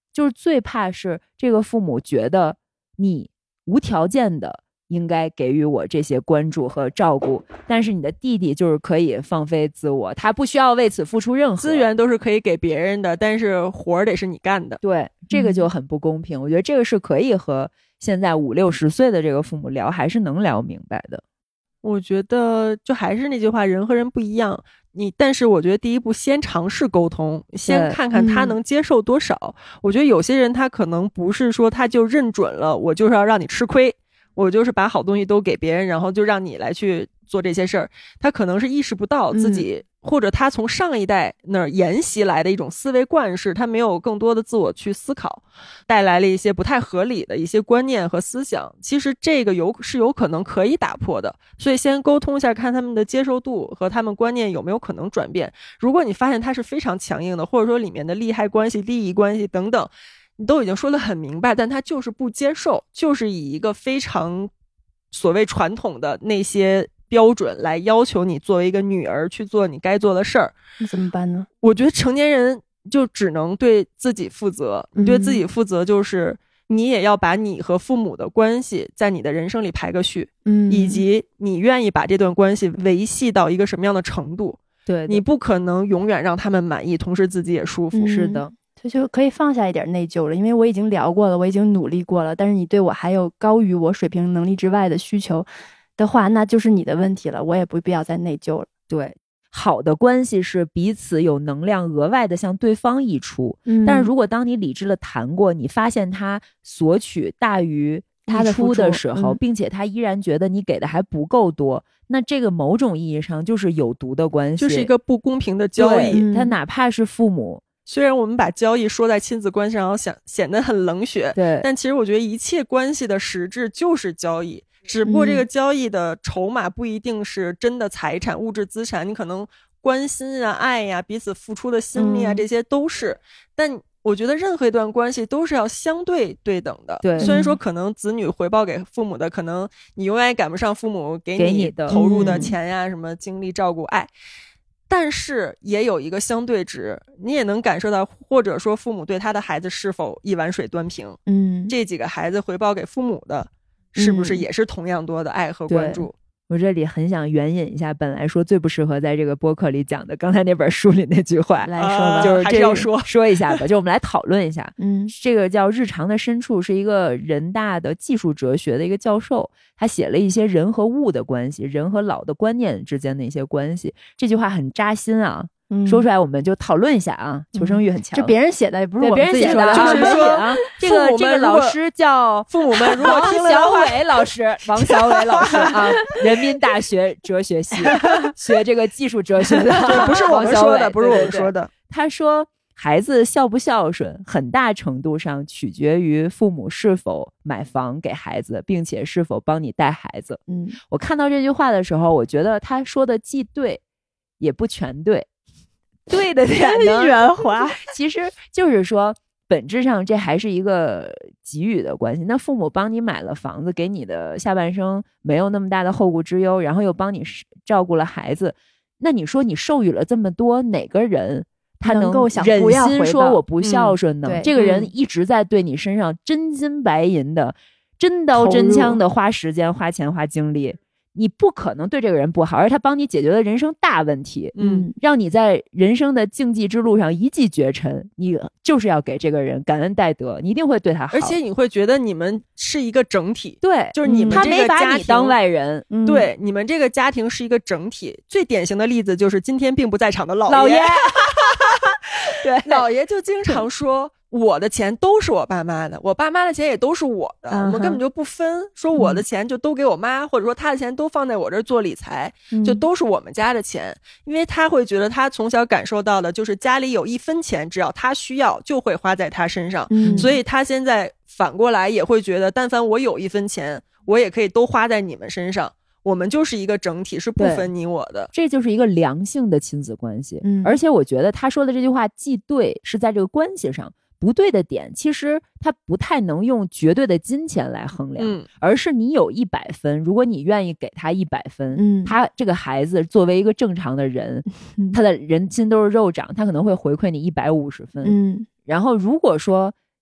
Speaker 2: 就是最怕是这个父母觉得你无条件的应该给予我这些关注和照顾，但是你的弟弟就是可以放飞自我，他不需要为此付出任何
Speaker 3: 资源，都是可以给别人的，但是活儿得是你干的。
Speaker 2: 对，这个就很不公平、嗯、我觉得这个是可以和现在五六十岁的这个父母聊，还是能聊明白的。
Speaker 3: 我觉得就还是那句话，人和人不一样，你但是我觉得第一步先尝试沟通，先看看他能接受多少、嗯、我觉得有些人他可能不是说他就认准了我就是要让你吃亏，我就是把好东西都给别人，然后就让你来去做这些事儿，他可能是意识不到自己、嗯、或者他从上一代那儿沿袭来的一种思维惯式，他没有更多的自我去思考，带来了一些不太合理的一些观念和思想，其实这个有是有可能可以打破的，所以先沟通一下，看他们的接受度和他们观念有没有可能转变。如果你发现他是非常强硬的，或者说里面的利害关系、利益关系等等你都已经说得很明白，但他就是不接受，就是以一个非常所谓传统的那些标准来要求你作为一个女儿去做你该做的事儿，
Speaker 1: 那怎么办呢？
Speaker 3: 我觉得成年人就只能对自己负责，你对自己负责就是你也要把你和父母的关系在你的人生里排个序，嗯，以及你愿意把这段关系维系到一个什么样的程度。
Speaker 2: 对，
Speaker 3: 你不可能永远让他们满意，同时自己也舒服。
Speaker 1: 嗯、
Speaker 2: 是的。
Speaker 1: 就就可以放下一点内疚了，因为我已经聊过了，我已经努力过了，但是你对我还有高于我水平能力之外的需求的话，那就是你的问题了，我也不必要再内疚了。
Speaker 2: 对，好的关系是彼此有能量额外的向对方溢出、嗯、但是如果当你理智的谈过，你发现他索取大于他的付出的时候、嗯、并且他依然觉得你给的还不够多，那这个某种意义上就是有毒的关系，
Speaker 3: 就是一个不公平的交易。
Speaker 2: 他哪怕是父母，
Speaker 3: 虽然我们把交易说在亲子关系上想显得很冷血，
Speaker 2: 对，
Speaker 3: 但其实我觉得一切关系的实质就是交易，只不过这个交易的筹码不一定是真的财产、物质资产，你可能关心啊、爱呀、啊、彼此付出的心力啊、嗯、这些都是，但我觉得任何一段关系都是要相对对等的。
Speaker 2: 对，
Speaker 3: 虽然说可能子女回报给父母的，可能你永远也赶不上父母给你投入的钱呀、嗯、什么精力、照顾、爱，但是也有一个相对值，你也能感受到，或者说父母对他的孩子是否一碗水端平，嗯，这几个孩子回报给父母的是不是也是同样多的爱和关注、嗯、
Speaker 2: 我这里很想援引一下本来说最不适合在这个播客里讲的刚才那本书里那句话
Speaker 1: 来说吧，
Speaker 2: 就是这
Speaker 3: 还是要说
Speaker 2: 说一下吧，就我们来讨论一下。嗯，这个叫日常的深处，是一个人大的技术哲学的一个教授，他写了一些人和物的关系，人和老的观念之间的一些关系。这句话很扎心啊，嗯、说出来我们就讨论一下啊，求生欲很强。
Speaker 1: 这别人写的，也不是我们自己说的，
Speaker 3: 就是说
Speaker 2: 啊，这个这个老师叫
Speaker 3: 父母们如果听了
Speaker 2: 王小伟老师，王小伟老师啊，人民大学哲学系学这个技术哲学的，
Speaker 3: 对，不是我们说的，不是我们说的。
Speaker 2: 对对对，他说，孩子孝不孝顺，很大程度上取决于父母是否买房给孩子，并且是否帮你带孩子。嗯，我看到这句话的时候，我觉得他说的既对，也不全对。对的点呢，
Speaker 1: 圆滑，
Speaker 2: 其实就是说，本质上这还是一个给予的关系。那父母帮你买了房子，给你的下半生没有那么大的后顾之忧，然后又帮你照顾了孩子，那你说你授予了这么多，哪个人他能
Speaker 1: 够想
Speaker 2: 忍心说我不孝顺呢？
Speaker 1: 嗯、
Speaker 2: 这个人一直在对你身上真金白银的、真刀真枪的花时间、花钱、花精力。你不可能对这个人不好，而他帮你解决了人生大问题，嗯，让你在人生的竞技之路上一骑绝尘，你就是要给这个人感恩戴德，你一定会对他好，
Speaker 3: 而且你会觉得你们是一个整体，
Speaker 2: 对，
Speaker 3: 就是你们这个家庭、
Speaker 2: 嗯、他没把你当外人，
Speaker 3: 嗯、对，你们这个家庭是一个整体。最典型的例子就是今天并不在场的老爷，
Speaker 2: 老爷
Speaker 3: 对，老爷就经常说。我的钱都是我爸妈的，我爸妈的钱也都是我的、uh-huh. 我们根本就不分，说我的钱就都给我妈、嗯、或者说他的钱都放在我这儿做理财、嗯、就都是我们家的钱，因为他会觉得他从小感受到的就是家里有一分钱只要他需要就会花在他身上、嗯、所以他现在反过来也会觉得但凡我有一分钱我也可以都花在你们身上，我们就是一个整体，是不分你我的，
Speaker 2: 这就是一个良性的亲子关系、嗯、而且我觉得他说的这句话既对是在这个关系上，不对的点其实它不太能用绝对的金钱来衡量、嗯、而是你有一百分，如果你愿意给他一百分、嗯、他这个孩子作为一个正常的人、嗯、他的人心都是肉长，他可能会回馈你一百五十分、嗯、然后如果说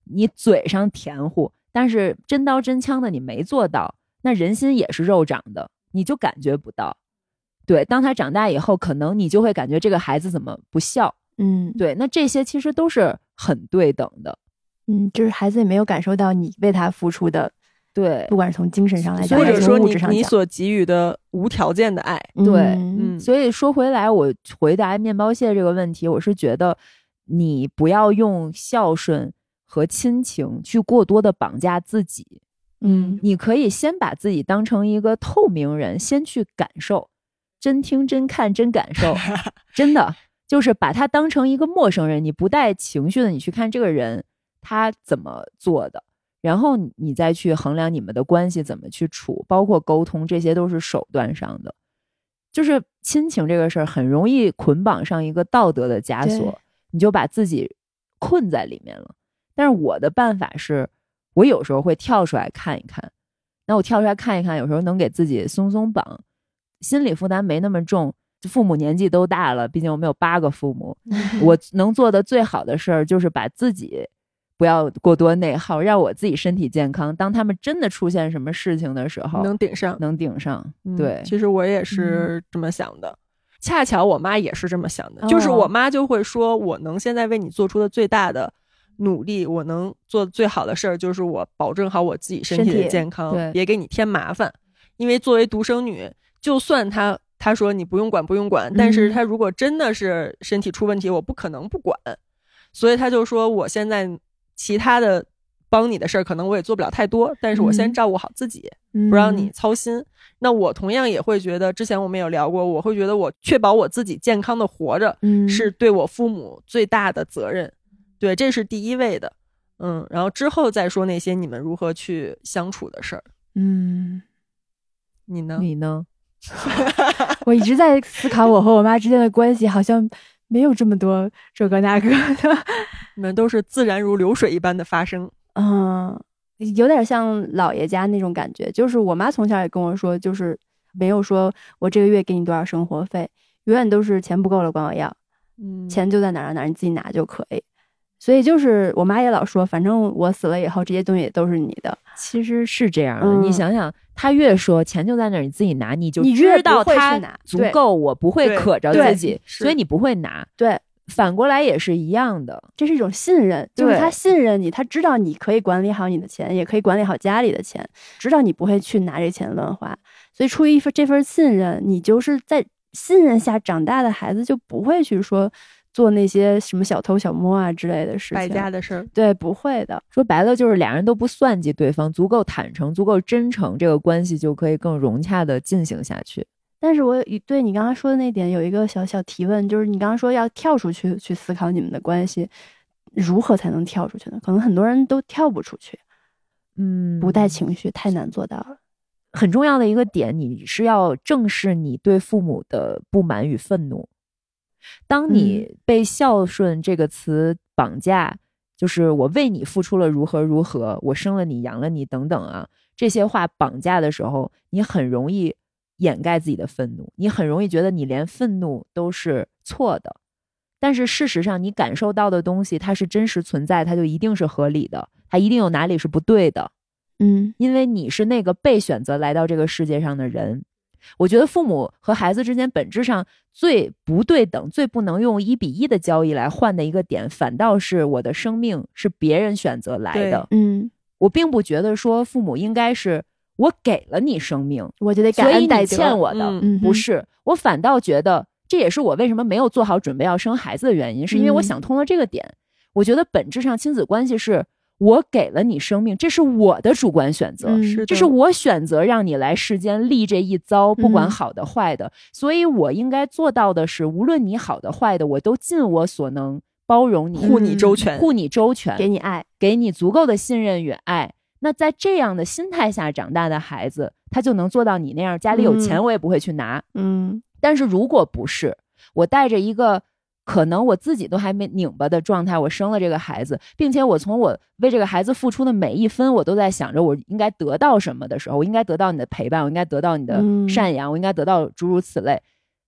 Speaker 2: 你嘴上甜乎，但是真刀真枪的你没做到，那人心也是肉长的，你就感觉不到。对，当他长大以后，可能你就会感觉这个孩子怎么不孝。
Speaker 1: 嗯，
Speaker 2: 对，那这些其实都是很对等的。
Speaker 1: 嗯，就是孩子也没有感受到你为他付出的，
Speaker 2: 对，
Speaker 1: 不管是从精神上来讲，
Speaker 3: 或者说你
Speaker 1: 你
Speaker 3: 所给予的无条件的爱。
Speaker 2: 对，
Speaker 1: 嗯，
Speaker 2: 所以说回来，我回答面包蟹这个问题，我是觉得你不要用孝顺和亲情去过多的绑架自己。
Speaker 1: 嗯，
Speaker 2: 你可以先把自己当成一个透明人，先去感受，真听真看真感受，真的就是把他当成一个陌生人，你不带情绪的你去看这个人他怎么做的，然后你再去衡量你们的关系怎么去处，包括沟通，这些都是手段上的。就是亲情这个事儿很容易捆绑上一个道德的枷锁，你就把自己困在里面了。但是我的办法是，我有时候会跳出来看一看，那我跳出来看一看，有时候能给自己松松绑，心理负担没那么重。父母年纪都大了，毕竟我们有八个父母，我能做的最好的事儿就是把自己不要过多内耗，让我自己身体健康，当他们真的出现什么事情的时候
Speaker 3: 能顶上
Speaker 2: 能顶上、嗯、对，
Speaker 3: 其实我也是这么想的、嗯、恰巧我妈也是这么想的、
Speaker 1: 哦、
Speaker 3: 就是我妈就会说，我能现在为你做出的最大的努力，我能做的最好的事儿就是我保证好我自己身体的健康，别给你添麻烦。因为作为独生女，就算她她说你不用管不用管，但是她如果真的是身体出问题、嗯、我不可能不管，所以她就说我现在其他的帮你的事儿可能我也做不了太多，但是我先照顾好自己、嗯、不让你操心、嗯、那我同样也会觉得，之前我们有聊过，我会觉得我确保我自己健康的活着、嗯、是对我父母最大的责任，对，这是第一位的。嗯，然后之后再说那些你们如何去相处的事儿。
Speaker 1: 嗯，
Speaker 3: 你呢？
Speaker 2: 你呢？
Speaker 1: 我一直在思考我和我妈之间的关系，好像没有这么多这个那个的，
Speaker 3: 你们都是自然如流水一般的发生。
Speaker 1: 嗯，有点像姥爷家那种感觉，就是我妈从小也跟我说，就是没有说我这个月给你多少生活费，永远都是钱不够了管我要，嗯，钱就在哪儿哪儿，你自己拿就可以。所以就是我妈也老说，反正我死了以后这些东西也都是你的。
Speaker 2: 其实是这样的、
Speaker 1: 嗯、
Speaker 2: 你想想，他越说钱就在那儿你自己拿，你就知道他足够，我不会可着自己，所以你不会拿。
Speaker 1: 对，
Speaker 2: 反过来也是一样的，
Speaker 1: 这是一种信任，就是他信任你，他知道你可以管理好你的钱，也可以管理好家里的钱，知道你不会去拿这钱乱花，所以出于这份信任，你就是在信任下长大的孩子，就不会去说做那些什么小偷小摸啊之类的事情，
Speaker 3: 败家的事儿。
Speaker 1: 对，不会的。
Speaker 2: 说白了就是俩人都不算计对方，足够坦诚，足够真诚，这个关系就可以更融洽的进行下去。
Speaker 1: 但是我对你刚刚说的那点有一个小小提问，就是你刚刚说要跳出去去思考你们的关系，如何才能跳出去呢？可能很多人都跳不出去。
Speaker 2: 嗯，
Speaker 1: 不带情绪太难做到了。
Speaker 2: 很重要的一个点，你是要正视你对父母的不满与愤怒。当你被孝顺这个词绑架、嗯、就是我为你付出了如何如何，我生了你养了你等等啊，这些话绑架的时候，你很容易掩盖自己的愤怒，你很容易觉得你连愤怒都是错的。但是事实上你感受到的东西它是真实存在，它就一定是合理的，它一定有哪里是不对的。
Speaker 1: 嗯，
Speaker 2: 因为你是那个被选择来到这个世界上的人。我觉得父母和孩子之间本质上最不对等，最不能用一比一的交易来换的一个点，反倒是我的生命是别人选择来的。
Speaker 1: 嗯，
Speaker 2: 我并不觉得说父母应该是我给了你生命，
Speaker 1: 我就得感恩戴德，
Speaker 2: 所以你欠我的、
Speaker 1: 嗯、
Speaker 2: 不是。我反倒觉得这也是我为什么没有做好准备要生孩子的原因，是因为我想通了这个点、嗯、我觉得本质上亲子关系是我给了你生命，这是我的主观选择、
Speaker 1: 嗯、
Speaker 2: 这是我选择让你来世间历这一遭，不管好的坏的、嗯、所以我应该做到的是无论你好的坏的，我都尽我所能包容你，
Speaker 3: 护你周全，
Speaker 2: 护你周全，
Speaker 1: 给你爱，
Speaker 2: 给你足够的信任与爱。那在这样的心态下长大的孩子，他就能做到你那样，家里有钱我也不会去拿。
Speaker 1: 嗯，
Speaker 2: 但是如果不是，我带着一个可能我自己都还没拧巴的状态，我生了这个孩子，并且我从我为这个孩子付出的每一分，我都在想着我应该得到什么的时候，我应该得到你的陪伴，我应该得到你的赡养、嗯、我应该得到诸如此类。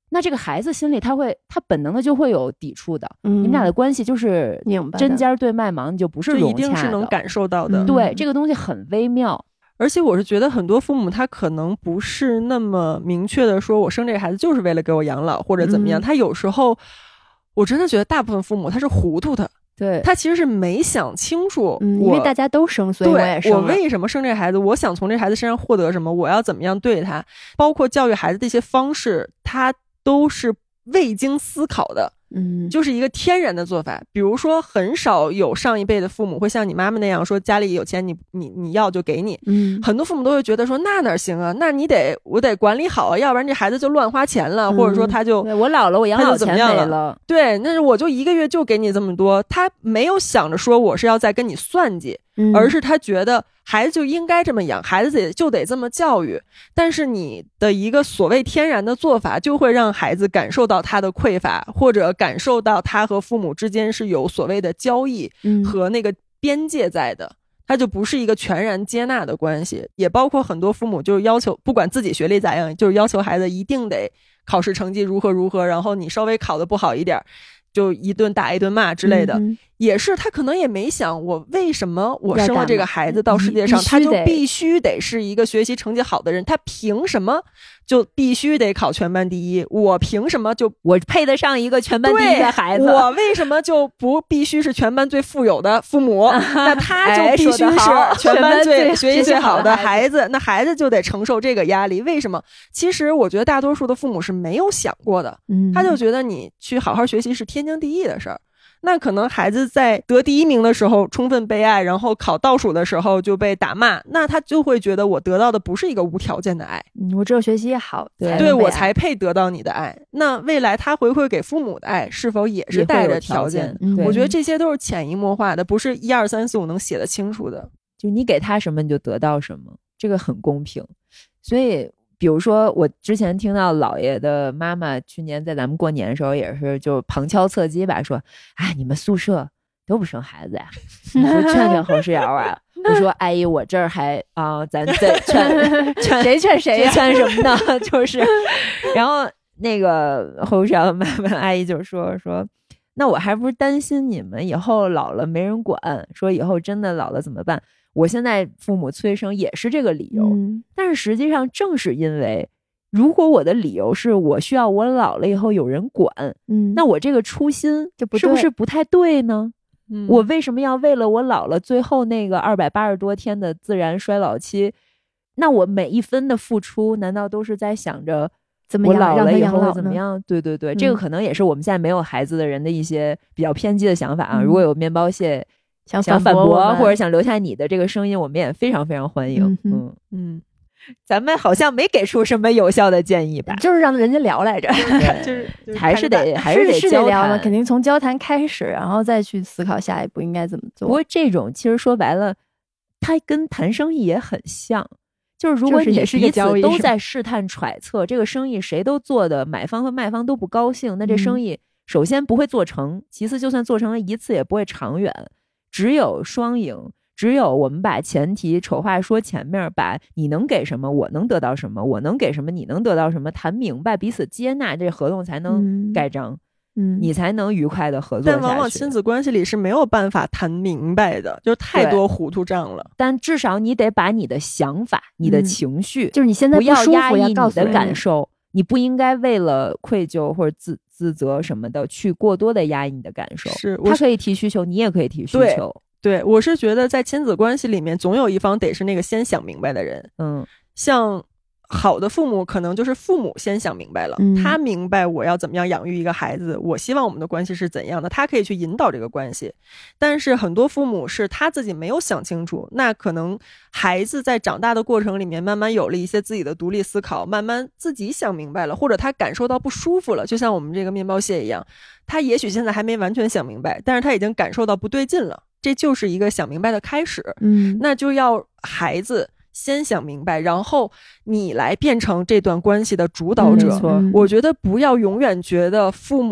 Speaker 2: 那这个孩子心里他会他本能的就会有抵触的、嗯、你们俩的关系就是针尖对麦芒，你就不是融洽的，
Speaker 3: 就一定是能感受到的、
Speaker 2: 嗯、对，这个东西很微妙。
Speaker 3: 而且我是觉得很多父母他可能不是那么明确的说我生这个孩子就是为了给我养老或者怎么样、嗯、他有时候我真的觉得大部分父母他是糊涂的，
Speaker 2: 对，
Speaker 3: 他其实是没想清楚、
Speaker 1: 嗯、因为大家都生，所以我也生了。
Speaker 3: 我为什么生这孩子，我想从这孩子身上获得什么，我要怎么样对他，包括教育孩子的一些方式，他都是未经思考的，
Speaker 1: 嗯，
Speaker 3: 就是一个天然的做法。比如说很少有上一辈的父母会像你妈妈那样说家里有钱你你你要就给你，
Speaker 1: 嗯，
Speaker 3: 很多父母都会觉得说那哪行啊，那你得我得管理好啊，要不然这孩子就乱花钱了、嗯、或者说他就
Speaker 2: 对我老了我养老钱没了，
Speaker 3: 了对，那是我就一个月就给你这么多，他没有想着说我是要再跟你算计、
Speaker 1: 嗯、
Speaker 3: 而是他觉得孩子就应该这么养，孩子就得这么教育，但是你的一个所谓天然的做法就会让孩子感受到他的匮乏，或者感受到他和父母之间是有所谓的交易和那个边界在的、嗯、他就不是一个全然接纳的关系。也包括很多父母就是要求不管自己学历咋样，就是要求孩子一定得考试成绩如何如何，然后你稍微考得不好一点就一顿打一顿骂之类的、嗯、也是他可能也没想我为什么我生了这个孩子到世界上他就必须得是一个学习成绩好的人，他凭什么就必须得考全班第一，我凭什么就
Speaker 2: 我配得上一个全班第一的孩子，
Speaker 3: 我为什么就不必须是全班最富有的父母、啊、那他就必须是全班最学习最好的孩子，那孩子就得承受这个压力。为什么？其实我觉得大多数的父母是没有想过的、嗯、他就觉得你去好好学习是天经地义的事儿。那可能孩子在得第一名的时候充分被爱，然后考倒数的时候就被打骂，那他就会觉得我得到的不是一个无条件的爱、
Speaker 1: 嗯、我只有学习好
Speaker 3: 对对我才配得到你的爱。那未来他回馈给父母的爱是否也是带着条件？我觉得这些都是潜移默化的，不是一二三四五能写得清楚的。
Speaker 2: 就你给他什么你就得到什么，这个很公平。所以比如说我之前听到姥爷的妈妈去年在咱们过年的时候也是就旁敲侧击吧，说哎你们宿舍都不生孩子呀，你说劝劝侯世瑶啊。我说阿姨我这儿还啊、呃，咱再劝劝
Speaker 1: 谁劝谁呀、啊？
Speaker 2: 劝什么呢？就是然后那个侯世瑶的妈妈阿姨就说说那我还不是担心你们以后老了没人管，说以后真的老了怎么办。我现在父母催生也是这个理由、嗯、但是实际上正是因为如果我的理由是我需要我老了以后有人管，嗯，那我这个初心是不是不太对呢？嗯，我为什么要为了我老了最后那个二百八十多天的自然衰老期，那我每一分的付出难道都是在想着
Speaker 1: 怎么
Speaker 2: 我老了以后会怎么样？对对对、嗯、这个可能也是我们现在没有孩子的人的一些比较偏激的想法啊、嗯、如果有面包蟹
Speaker 1: 想
Speaker 2: 反驳或者想留下你的这个声音，我们也非常非常欢迎。
Speaker 1: 嗯
Speaker 2: 嗯嗯，咱们好像没给出什么有效的建议吧？
Speaker 1: 就是让人家聊来着，
Speaker 3: 就是、就是、
Speaker 2: 还是得还是
Speaker 1: 得
Speaker 2: 交
Speaker 1: 聊呢，肯定从交谈开始，然后再去思考下一步应该怎么做。
Speaker 2: 不过这种其实说白了，它跟谈生意也很像，就是如果你彼此都在试探揣测，这个生意谁都做的买方和卖方都不高兴，那这生意首先不会做成，其次就算做成了一次也不会长远。只有双赢，只有我们把前提丑话说前面，把你能给什么我能得到什么，我能给什么你能得到什么谈明白，彼此接纳，这合同才能盖章，嗯，你才能愉快的合作下去。
Speaker 3: 但往往亲子关系里是没有办法谈明白的，就太多糊涂账了。
Speaker 2: 但至少你得把你的想法、你的情绪、
Speaker 1: 嗯、就是你现在不
Speaker 2: 要压抑
Speaker 1: 你
Speaker 2: 的感受，你不应该为了愧疚或者自自责什么的去过多的压抑你的感受。
Speaker 3: 是，
Speaker 2: 他可以提需求，你也可以提需求。
Speaker 3: 对，我是觉得在亲子关系里面总有一方得是那个先想明白的人。
Speaker 2: 嗯，
Speaker 3: 像好的父母可能就是父母先想明白了、嗯、他明白我要怎么样养育一个孩子，我希望我们的关系是怎样的，他可以去引导这个关系。但是很多父母是他自己没有想清楚，那可能孩子在长大的过程里面慢慢有了一些自己的独立思考，慢慢自己想明白了，或者他感受到不舒服了，就像我们这个面包蟹一样，他也许现在还没完全想明白，但是他已经感受到不对劲了，这就是一个想明白的开始。
Speaker 1: 嗯，
Speaker 3: 那就要孩子先想明白，然后你来变成这段关系的主导者。
Speaker 2: 嗯、
Speaker 3: 我觉得不要永远觉得父母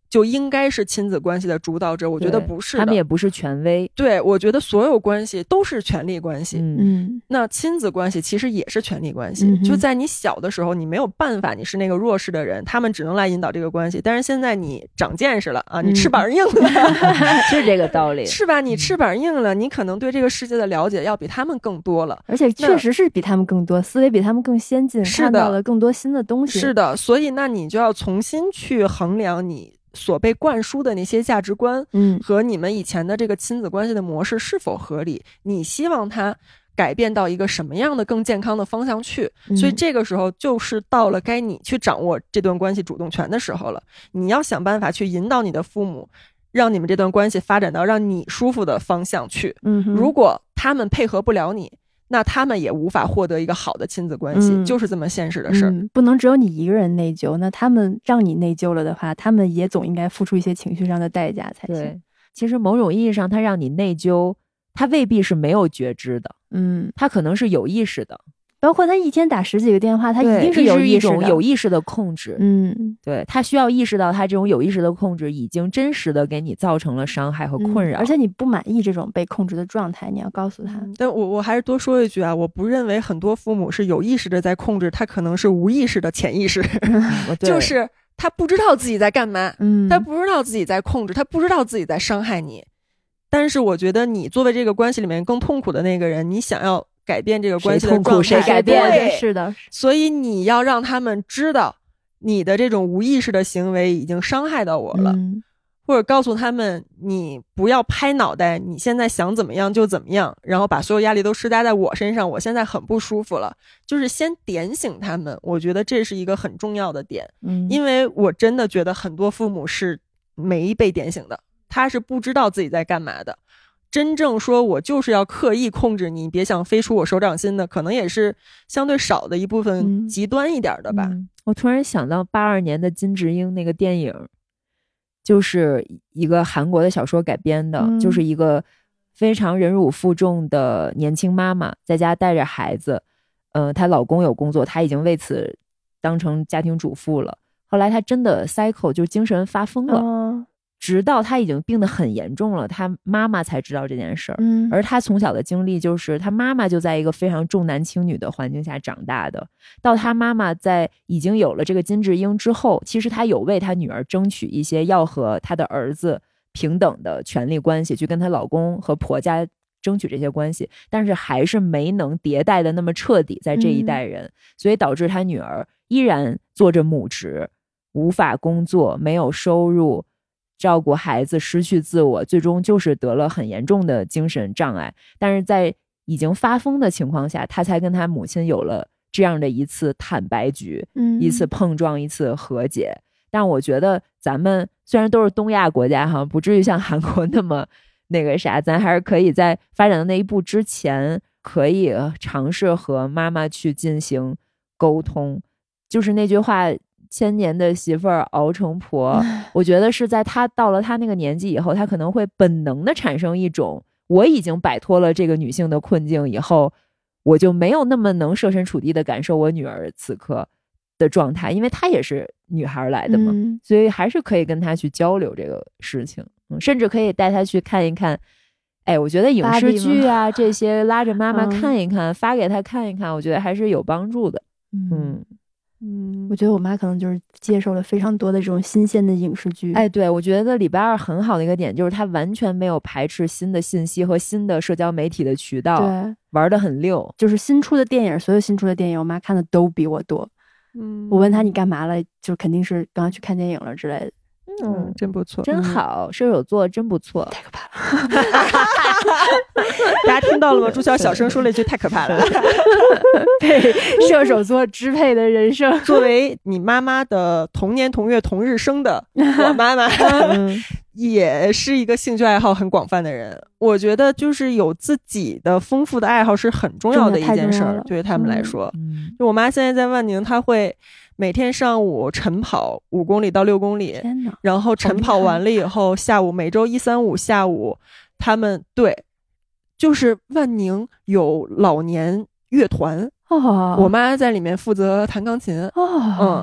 Speaker 3: 就应该是亲子关系的主导者，我觉得不是的，
Speaker 2: 他们也不是权威。
Speaker 3: 对，我觉得所有关系都是权力关系。
Speaker 1: 嗯，
Speaker 3: 那亲子关系其实也是权力关系。
Speaker 1: 嗯、
Speaker 3: 就在你小的时候，你没有办法，你是那个弱势的人，他们只能来引导这个关系。但是现在你长见识了啊，你翅膀硬了，
Speaker 2: 嗯、是这个道理，
Speaker 3: 是吧？你翅膀硬了，你可能对这个世界的了解要比他们更多了，
Speaker 1: 而且确实是比他们更多，思维比他们更先进，看到了更多新的东西。
Speaker 3: 是的，所以那你就要重新去衡量你所被灌输的那些价值观，
Speaker 1: 嗯，
Speaker 3: 和你们以前的这个亲子关系的模式是否合理？你希望它改变到一个什么样的更健康的方向去？
Speaker 1: 嗯、
Speaker 3: 所以这个时候就是到了该你去掌握这段关系主动权的时候了。你要想办法去引导你的父母，让你们这段关系发展到让你舒服的方向去。
Speaker 1: 嗯，
Speaker 3: 如果他们配合不了你，那他们也无法获得一个好的亲子关系，
Speaker 1: 嗯、
Speaker 3: 就是这么现实的事儿、
Speaker 1: 嗯。不能只有你一个人内疚，那他们让你内疚了的话，他们也总应该付出一些情绪上的代价才行。
Speaker 2: 对，其实某种意义上，他让你内疚，他未必是没有觉知的，
Speaker 1: 嗯，
Speaker 2: 他可能是有意识的。
Speaker 1: 包括他一天打十几个电话，他一定是有意识的，
Speaker 2: 一种有意识的控制。
Speaker 1: 嗯，
Speaker 2: 对，他需要意识到他这种有意识的控制已经真实的给你造成了伤害和困扰、
Speaker 1: 嗯、而且你不满意这种被控制的状态，你要告诉他、
Speaker 3: 嗯、但我我还是多说一句啊，我不认为很多父母是有意识的在控制，他可能是无意识的潜意识就是他不知道自己在干嘛，
Speaker 1: 嗯，
Speaker 3: 他不知道自己在控制，他不知道自己在伤害你。但是我觉得你作为这个关系里面更痛苦的那个人，你想要改变这个关系的状态，
Speaker 2: 谁改变？
Speaker 1: 是的，
Speaker 3: 所以你要让他们知道你的这种无意识的行为已经伤害到我了、
Speaker 1: 嗯、
Speaker 3: 或者告诉他们你不要拍脑袋，你现在想怎么样就怎么样，然后把所有压力都施加在我身上，我现在很不舒服了，就是先点醒他们。我觉得这是一个很重要的点、
Speaker 1: 嗯、
Speaker 3: 因为我真的觉得很多父母是没被点醒的，他是不知道自己在干嘛的。真正说我就是要刻意控制你别想飞出我手掌心的，可能也是相对少的一部分极端一点的吧、
Speaker 2: 嗯嗯、我突然想到八二年的金智英那个电影，就是一个韩国的小说改编的、嗯、就是一个非常忍辱负重的年轻妈妈在家带着孩子，嗯、呃，她老公有工作，她已经为此当成家庭主妇了，后来她真的 cycle 就精神发疯了、
Speaker 1: 哦，
Speaker 2: 直到他已经病得很严重了，他妈妈才知道这件事儿。
Speaker 1: 嗯，
Speaker 2: 而他从小的经历就是他妈妈就在一个非常重男轻女的环境下长大的。到他妈妈在已经有了这个金智英之后，其实他有为他女儿争取一些要和他的儿子平等的权利关系，去跟他老公和婆家争取这些关系，但是还是没能迭代的那么彻底在这一代人、嗯、所以导致他女儿依然做着母职，无法工作，没有收入，照顾孩子，失去自我，最终就是得了很严重的精神障碍。但是在已经发疯的情况下，他才跟他母亲有了这样的一次坦白局、嗯、一次碰撞，一次和解。但我觉得咱们虽然都是东亚国家哈，不至于像韩国那么那个啥，咱还是可以在发展的那一步之前，可以尝试和妈妈去进行沟通。就是那句话，千年的媳妇儿熬成婆，我觉得是在他到了他那个年纪以后，他可能会本能的产生一种，我已经摆脱了这个女性的困境以后，我就没有那么能设身处地的感受我女儿此刻的状态，因为她也是女孩来的嘛、嗯、所以还是可以跟她去交流这个事情、嗯、甚至可以带她去看一看，哎，我觉得影视剧啊这些拉着妈妈看一看、嗯、发给她看一看，我觉得还是有帮助的。嗯
Speaker 1: 嗯，我觉得我妈可能就是接受了非常多的这种新鲜的影视剧。
Speaker 2: 哎，对，我觉得礼拜二很好的一个点就是她完全没有排斥新的信息和新的社交媒体的渠道，
Speaker 1: 对，
Speaker 2: 玩得很溜。
Speaker 1: 就是新出的电影，所有新出的电影，我妈看的都比我多。嗯，我问她你干嘛了，就肯定是刚刚去看电影了之类的。
Speaker 3: 嗯，真不错，
Speaker 2: 真好，射手座真不错，
Speaker 1: 太可怕了。
Speaker 3: 大家听到了吗？朱晓小声说了一句太可怕了。
Speaker 1: 被射手座支配的人生。
Speaker 3: 作为你妈妈的同年同月同日生的我妈妈、嗯、也是一个兴趣爱好很广泛的人。我觉得就是有自己的丰富的爱好是很重要的一件事儿，对于他们来说、嗯、就我妈现在在万宁，她会每天上午晨跑五公里到六公里，然后晨跑完了以后下午每周一三五下午他们对就是万宁有老年乐团、哦、我妈在里面负责弹钢琴、
Speaker 1: 哦、
Speaker 3: 嗯，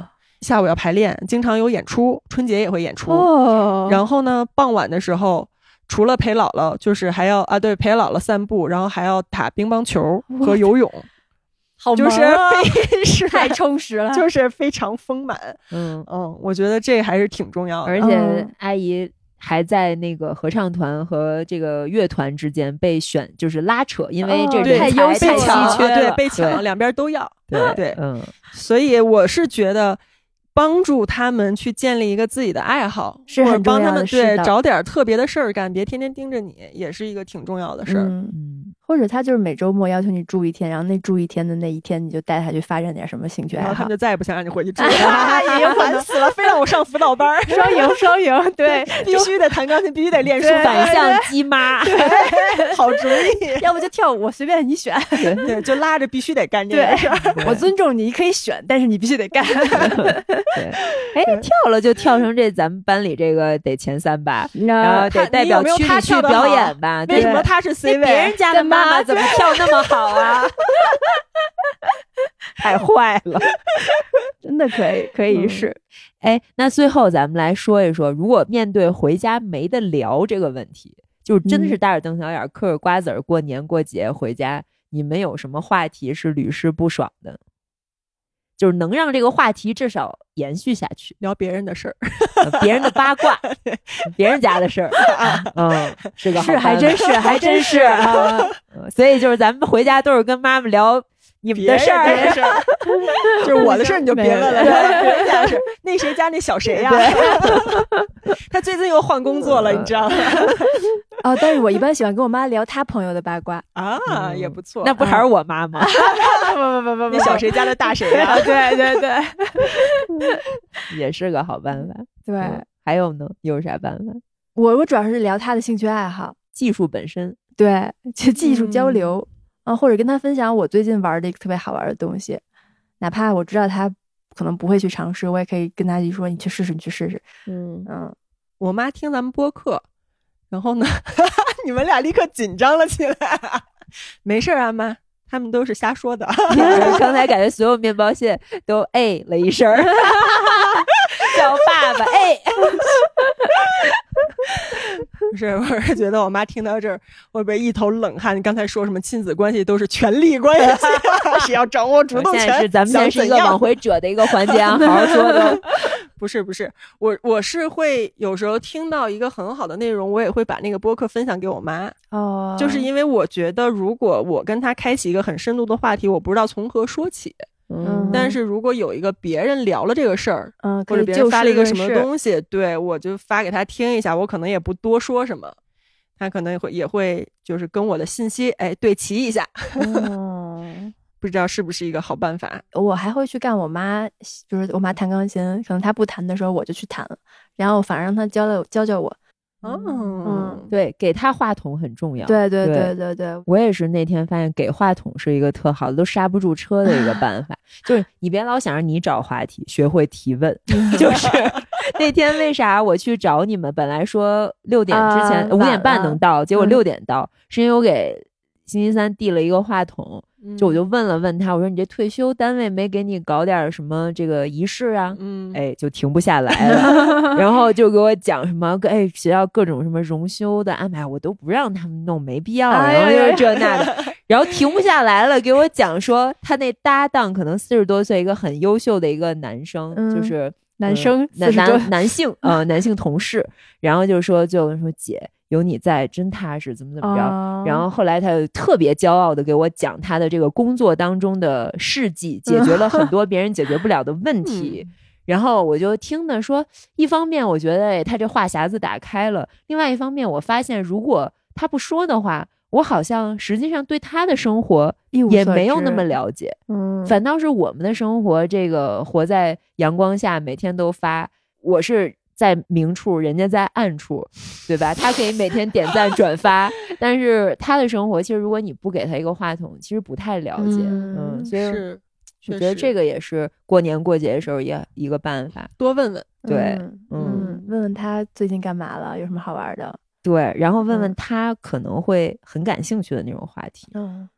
Speaker 3: 下午要排练，经常有演出，春节也会演出。
Speaker 1: 哦，
Speaker 3: 然后呢，傍晚的时候，除了陪姥姥，就是还要啊，对，陪姥姥散步，然后还要打乒乓球和游泳。
Speaker 1: 好
Speaker 3: 就是非是
Speaker 1: 太充实了，
Speaker 3: 就是非常丰满。
Speaker 2: 嗯
Speaker 3: 嗯，我觉得这还是挺重要的。
Speaker 2: 而且阿姨还在那个合唱团和这个乐团之间被选，就是拉扯，因为这人才太稀缺了，
Speaker 3: 对，被抢，两边都要。
Speaker 2: 对
Speaker 3: 对，
Speaker 2: 嗯，
Speaker 3: 所以我是觉得帮助他们去建立一个自己的爱好，
Speaker 1: 是很重要的，
Speaker 3: 帮他们对
Speaker 1: 的
Speaker 3: 找点特别的事儿干，别天天盯着你，也是一个挺重要的事儿。
Speaker 1: 嗯，或者他就是每周末要求你住一天，然后那住一天的那一天，你就带他去发展点什么兴趣爱好，
Speaker 3: 然后他们就再也不想让你回去住了，已经烦死了，非让我上辅导班，
Speaker 1: 双赢双赢，对，
Speaker 3: 必须得弹钢琴，必须得练书，
Speaker 2: 反向鸡妈，
Speaker 3: 好主意。
Speaker 1: 要不就跳舞，随便你选，
Speaker 3: 对，就拉着必须得干这个事儿。
Speaker 1: 我尊重你，可以选，但是你必须得干。
Speaker 2: 对，哎，跳了就跳成这咱们班里这个得前三吧，然后得代表区里去表演吧。
Speaker 3: 为什么他是 C 位？
Speaker 2: 别人家的妈妈怎么跳那么好啊？太坏了，
Speaker 1: 真的可以，可以试。
Speaker 2: 哎、嗯，那最后咱们来说一说，如果面对回家没得聊这个问题，就是真的是大眼瞪小眼、嗑着瓜子儿过年过节回家，你们有什么话题是屡试不爽的？就是能让这个话题至少延续下去，
Speaker 3: 聊别人的事儿，
Speaker 2: 别人的八卦，别人家的事儿，嗯，是个好
Speaker 1: 是还真是还真是啊、
Speaker 2: 嗯，所以就是咱们回家都是跟妈妈聊你们的事儿，
Speaker 3: 就是我的事儿你就别问了，别人家的事，那谁家那小谁呀、啊，他最近又换工作了，你知道吗？
Speaker 1: 哦，但是我一般喜欢跟我妈聊她朋友的八卦
Speaker 3: 啊、嗯，也不错。
Speaker 2: 那不还是我妈吗？
Speaker 1: 不不不不不，
Speaker 3: 那小谁家的大谁呀、啊？
Speaker 1: 对对对，
Speaker 2: 也是个好办法。
Speaker 1: 对、
Speaker 2: 嗯，还有呢？有啥办法？
Speaker 1: 我我主要是聊她的兴趣爱好，
Speaker 2: 技术本身，
Speaker 1: 对，就技术交流、嗯、啊，或者跟她分享我最近玩的一个特别好玩的东西，哪怕我知道她可能不会去尝试，我也可以跟她一说，你去试试，你去试试。
Speaker 3: 嗯
Speaker 1: 嗯，
Speaker 3: 我妈听咱们播客。然后呢，你们俩立刻紧张了起来。没事啊，妈，他们都是瞎说的。
Speaker 2: 刚才感觉所有面包屑都哎了一声，叫爸爸哎。
Speaker 3: 不是，我是觉得我妈听到这儿会不会一头冷汗？刚才说什么亲子关系都是权力关系，谁要掌握主动权？
Speaker 2: 现在是咱们现在是一个往回折的一个环节啊，好好说的。
Speaker 3: 不是不是，我我是会有时候听到一个很好的内容，我也会把那个播客分享给我妈。
Speaker 1: 哦，
Speaker 3: 就是因为我觉得，如果我跟她开启一个很深度的话题，我不知道从何说起。
Speaker 1: 嗯，
Speaker 3: 但是如果有一个别人聊了这个事儿，
Speaker 1: 嗯，
Speaker 3: 或者别人发了一个什么东西，对，我就发给他听一下，我可能也不多说什么，他可能会也会就是跟我的信息哎对齐一下。
Speaker 1: 嗯，
Speaker 3: 不知道是不是一个好办法。
Speaker 1: 我还会去干我妈，就是我妈弹钢琴，可能她不弹的时候我就去弹了，然后反而让她教了教教我。
Speaker 3: 哦，
Speaker 1: 嗯，
Speaker 2: 对，给他话筒很重要。
Speaker 1: 对对
Speaker 2: 对
Speaker 1: 对对对，
Speaker 2: 我也是那天发现给话筒是一个特好的，都刹不住车的一个办法。就是你别老想着你找话题，学会提问。就是那天为啥我去找你们，本来说六点之前五、啊、点半能到，结果六点到，嗯、是因为我给星期三递了一个话筒。就我就问了问他，我说你这退休单位没给你搞点什么这个仪式啊？嗯，哎，就停不下来了。然后就给我讲什么，哎，学校各种什么荣休的安排，我都不让他们弄，没必要。然后就是这那的，然后停不下来了，给我讲说他那搭档可能四十多岁，一个很优秀的一个男生，嗯、就是、嗯、
Speaker 1: 男生
Speaker 2: 男男男性呃男性同事，然后就说就说姐。有你在真踏实怎么怎么着、哦、然后后来他就特别骄傲的给我讲他的这个工作当中的事迹，解决了很多别人解决不了的问题、嗯、然后我就听的说，一方面我觉得、哎、他这话匣子打开了，另外一方面我发现如果他不说的话，我好像实际上对他的生活也没有那么了解，
Speaker 1: 嗯，
Speaker 2: 反倒是我们的生活这个活在阳光下每天都发，我是在明处人家在暗处，对吧？他可以每天点赞转发，但是他的生活其实如果你不给他一个话筒，其实不太了解。 嗯, 嗯所以
Speaker 3: 是
Speaker 2: 我觉得这个也是过年过节的时候也一个办法，
Speaker 3: 多问问。
Speaker 2: 对，
Speaker 1: 嗯, 嗯问问他最近干嘛了，有什么好玩的，
Speaker 2: 对，然后问问他可能会很感兴趣的那种话题。
Speaker 1: 嗯，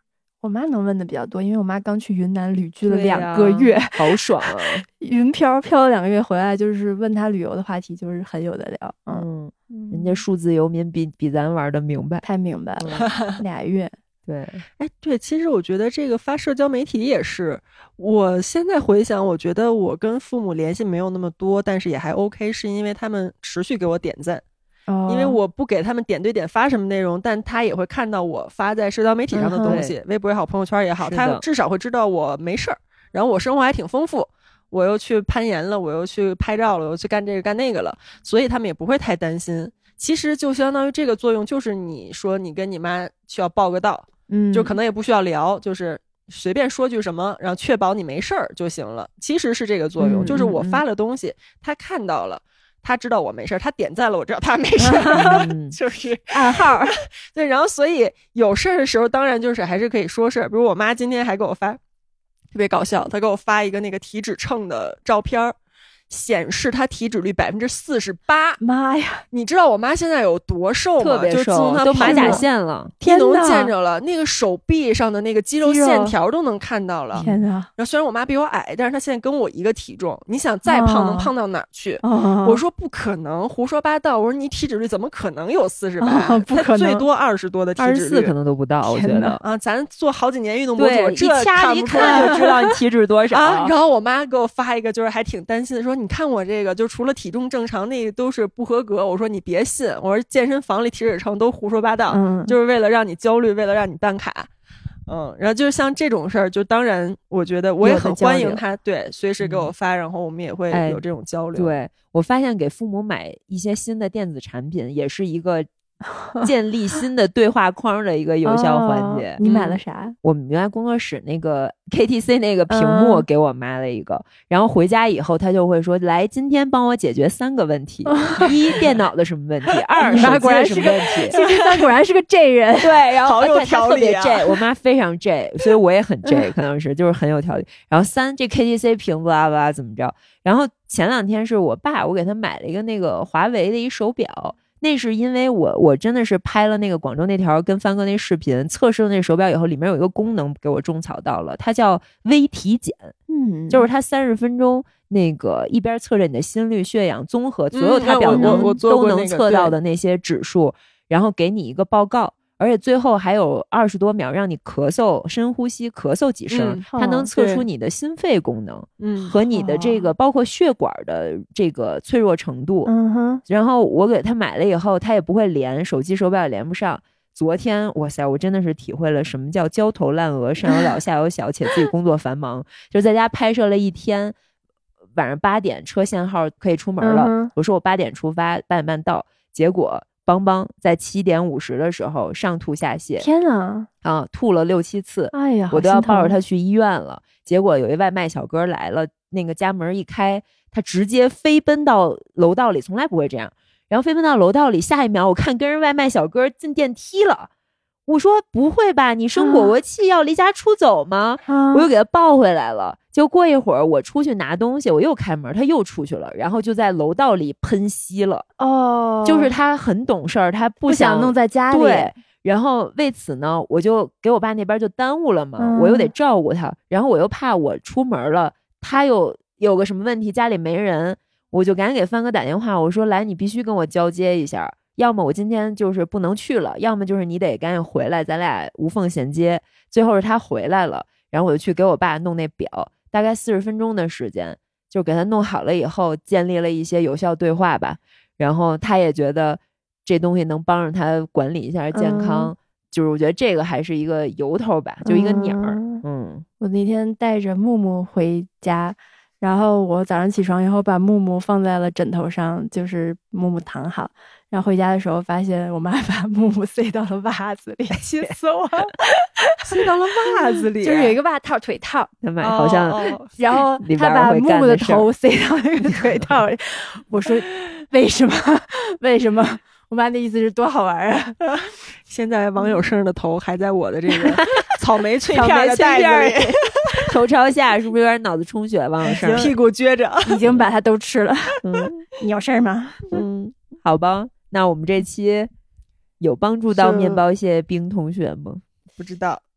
Speaker 1: 我妈能问的比较多，因为我妈刚去云南旅居了两个月，
Speaker 2: 啊、好爽啊！
Speaker 1: 云漂漂了两个月回来，就是问她旅游的话题，就是很有的聊。嗯，
Speaker 2: 嗯人家数字游民比比咱玩的明白，
Speaker 1: 太明白了，俩月。
Speaker 2: 对，
Speaker 3: 哎，对，其实我觉得这个发社交媒体也是，我现在回想，我觉得我跟父母联系没有那么多，但是也还 OK， 是因为他们持续给我点赞。
Speaker 1: 哦、
Speaker 3: 因为我不给他们点对点发什么内容，但他也会看到我发在社交媒体上的东西，嗯、微博也好，朋友圈也好，他至少会知道我没事儿，然后我生活还挺丰富，我又去攀岩了，我又去拍照了，我又去干这个干那个了，所以他们也不会太担心。其实就相当于这个作用，就是你说你跟你妈需要报个到，
Speaker 1: 嗯，
Speaker 3: 就可能也不需要聊，就是随便说句什么，然后确保你没事儿就行了。其实是这个作用，
Speaker 1: 嗯、
Speaker 3: 就是我发了东西，嗯、他看到了。他知道我没事，他点赞了，我知道他没事，嗯、就是
Speaker 1: 暗号。
Speaker 3: 对，然后所以有事儿的时候，当然就是还是可以说事儿。比如我妈今天还给我发，特别搞笑，她给我发一个那个体脂秤的照片，显示她体脂率百分之四十八。
Speaker 1: 妈呀！
Speaker 3: 你知道我妈现在有多瘦吗？
Speaker 2: 特别瘦，
Speaker 3: 就自从她
Speaker 2: 都马甲线了，
Speaker 3: 天都见着了，那个手臂上的那个肌肉线条都能看到了。
Speaker 1: 天哪！
Speaker 3: 然后虽然我妈比我矮，但是她现在跟我一个体重，你想再胖能胖到哪儿去？
Speaker 1: 哦、
Speaker 3: 我说不可能，胡说八道。我说你体脂率怎么可能有四十八？
Speaker 1: 不可能，
Speaker 3: 最多二十多的体脂率，
Speaker 2: 二十四可能都不到。我觉得
Speaker 3: 啊，咱做好几年运动博主，这
Speaker 2: 一掐一看就知道你体脂多少。
Speaker 3: 啊、然后我妈给我发一个，就是还挺担心的，说你看我这个，就除了体重正常，那个都是不合格。我说你别信，我说健身房里体脂秤都胡说八道，
Speaker 1: 嗯、
Speaker 3: 就是为了让你焦虑，为了让你办卡。嗯，然后就是像这种事儿，就当然我觉得我也很欢迎他，对，随时给我发，嗯、然后我们也会有这种交流。
Speaker 2: 哎、对，我发现给父母买一些新的电子产品，也是一个建立新的对话框的一个有效环节。
Speaker 1: 哦、你买了啥？
Speaker 2: 嗯、我们原来工作室那个 K T C 那个屏幕给我妈了一个，嗯、然后回家以后他就会说，来今天帮我解决三个问题：一、电脑的什么问题；二、手机的什么问题。
Speaker 1: 其实他果然是个 J 人，
Speaker 2: 对，然后
Speaker 3: 好有条理
Speaker 2: 啊，特别 J， 我妈非常 J， 所以我也很 J， 可能是就是很有条理。然后三，这 K T C 屏不啦不啦怎么着？然后前两天是我爸，我给他买了一个那个华为的一手表。那是因为我我真的是拍了那个广州那条跟帆哥那视频，测试了那手表以后，里面有一个功能给我种草到了，它叫微体检。
Speaker 1: 嗯，
Speaker 2: 就是它三十分钟那个一边测着你的心率、血氧综合所有它表能、
Speaker 3: 嗯、
Speaker 2: 都能测到的那些指数，然后给你一个报告。而且最后还有二十多秒让你咳嗽，深呼吸，咳嗽几声，
Speaker 3: 嗯、
Speaker 2: 它能测出你的心肺功能，
Speaker 3: 嗯，
Speaker 2: 和你的这个包括血管的这个脆弱程度，
Speaker 1: 嗯哼。
Speaker 2: 然后我给他买了以后，他也不会连手机、手表也连不上。昨天，哇塞，我真的是体会了什么叫焦头烂额，上有老下有小，且自己工作繁忙，就在家拍摄了一天，晚上八点车限号可以出门了，
Speaker 1: 嗯、
Speaker 2: 我说我八点出发，八点半到，结果。邦邦在七点五十的时候上吐下泻，
Speaker 1: 天哪
Speaker 2: 啊，吐了六七次，
Speaker 1: 哎呀，
Speaker 2: 我都要抱着他去医院了。结果有一外卖小哥来了，那个家门一开，他直接飞奔到楼道里，从来不会这样。然后飞奔到楼道里，下一秒我看跟人外卖小哥进电梯了。我说不会吧，你生火锅气要离家出走吗？
Speaker 1: 啊、
Speaker 2: 我又给他抱回来了。就过一会儿我出去拿东西，我又开门，他又出去了，然后就在楼道里喷吸了。
Speaker 1: 哦，
Speaker 2: 就是他很懂事儿，他不
Speaker 1: 想, 不想弄在家里。
Speaker 2: 对，然后为此呢，我就给我爸那边就耽误了嘛，
Speaker 1: 嗯、
Speaker 2: 我又得照顾他，然后我又怕我出门了，他又有个什么问题，家里没人，我就赶紧给帆哥打电话，我说来，你必须跟我交接一下。要么我今天就是不能去了，要么就是你得赶紧回来，咱俩无缝衔接。最后是他回来了，然后我就去给我爸弄那表，大概四十分钟的时间，就给他弄好了以后，建立了一些有效对话吧。然后他也觉得这东西能帮着他管理一下健康，嗯、就是我觉得这个还是一个由头吧，就一个鸟儿。嗯，
Speaker 1: 嗯我那天带着木木回家。然后我早上起床以后把木木放在了枕头上，就是木木躺好，然后回家的时候发现我妈把木木塞到了袜子里，气死我了
Speaker 3: 塞到了袜子里，
Speaker 1: 就是有一个袜套腿套，
Speaker 2: 他买好像、
Speaker 3: 哦、
Speaker 1: 然后他把木木的头塞到那个腿套里我说为什么为什么我妈的意思是多好玩啊！
Speaker 3: 现在王有胜的头还在我的这个草莓脆片的袋子里，
Speaker 2: 头朝下，是不是有点脑子充血？王有胜
Speaker 3: 屁股撅着，
Speaker 1: 已经把它都吃了。
Speaker 2: 嗯，
Speaker 1: 你有事儿吗？
Speaker 2: 嗯，好吧，那我们这期有帮助到面包蟹冰同学吗？
Speaker 3: 不知道，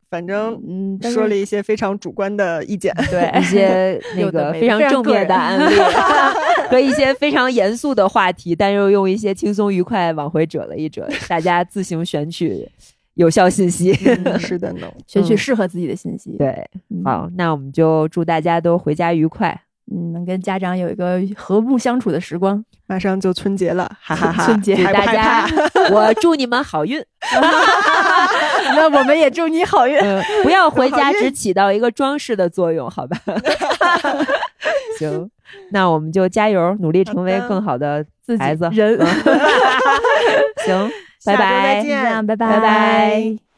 Speaker 3: 反正
Speaker 1: 嗯，
Speaker 3: 说了一些非常主观的意见，
Speaker 2: 对一些那个非常正面的案例和一些非常严肃的话题，但又用一些轻松愉快往回折了一折，大家自行选取有效信息。
Speaker 3: 嗯、是的呢，
Speaker 1: 选取适合自己的信息。
Speaker 2: 嗯、对，好，那我们就祝大家都回家愉快。
Speaker 1: 嗯，能跟家长有一个和睦相处的时光。
Speaker 3: 马上就春节了，哈哈哈！
Speaker 1: 春节
Speaker 2: 祝大家，我祝你们好运。
Speaker 1: 那我们也祝你好运。
Speaker 2: 嗯、不要回家只起到一个装饰的作用，好吧？行，那我们就加油，努力成为更好的孩子。
Speaker 1: 人。
Speaker 2: 行，拜拜，
Speaker 3: 下周再见，
Speaker 1: 拜拜，
Speaker 2: 拜拜。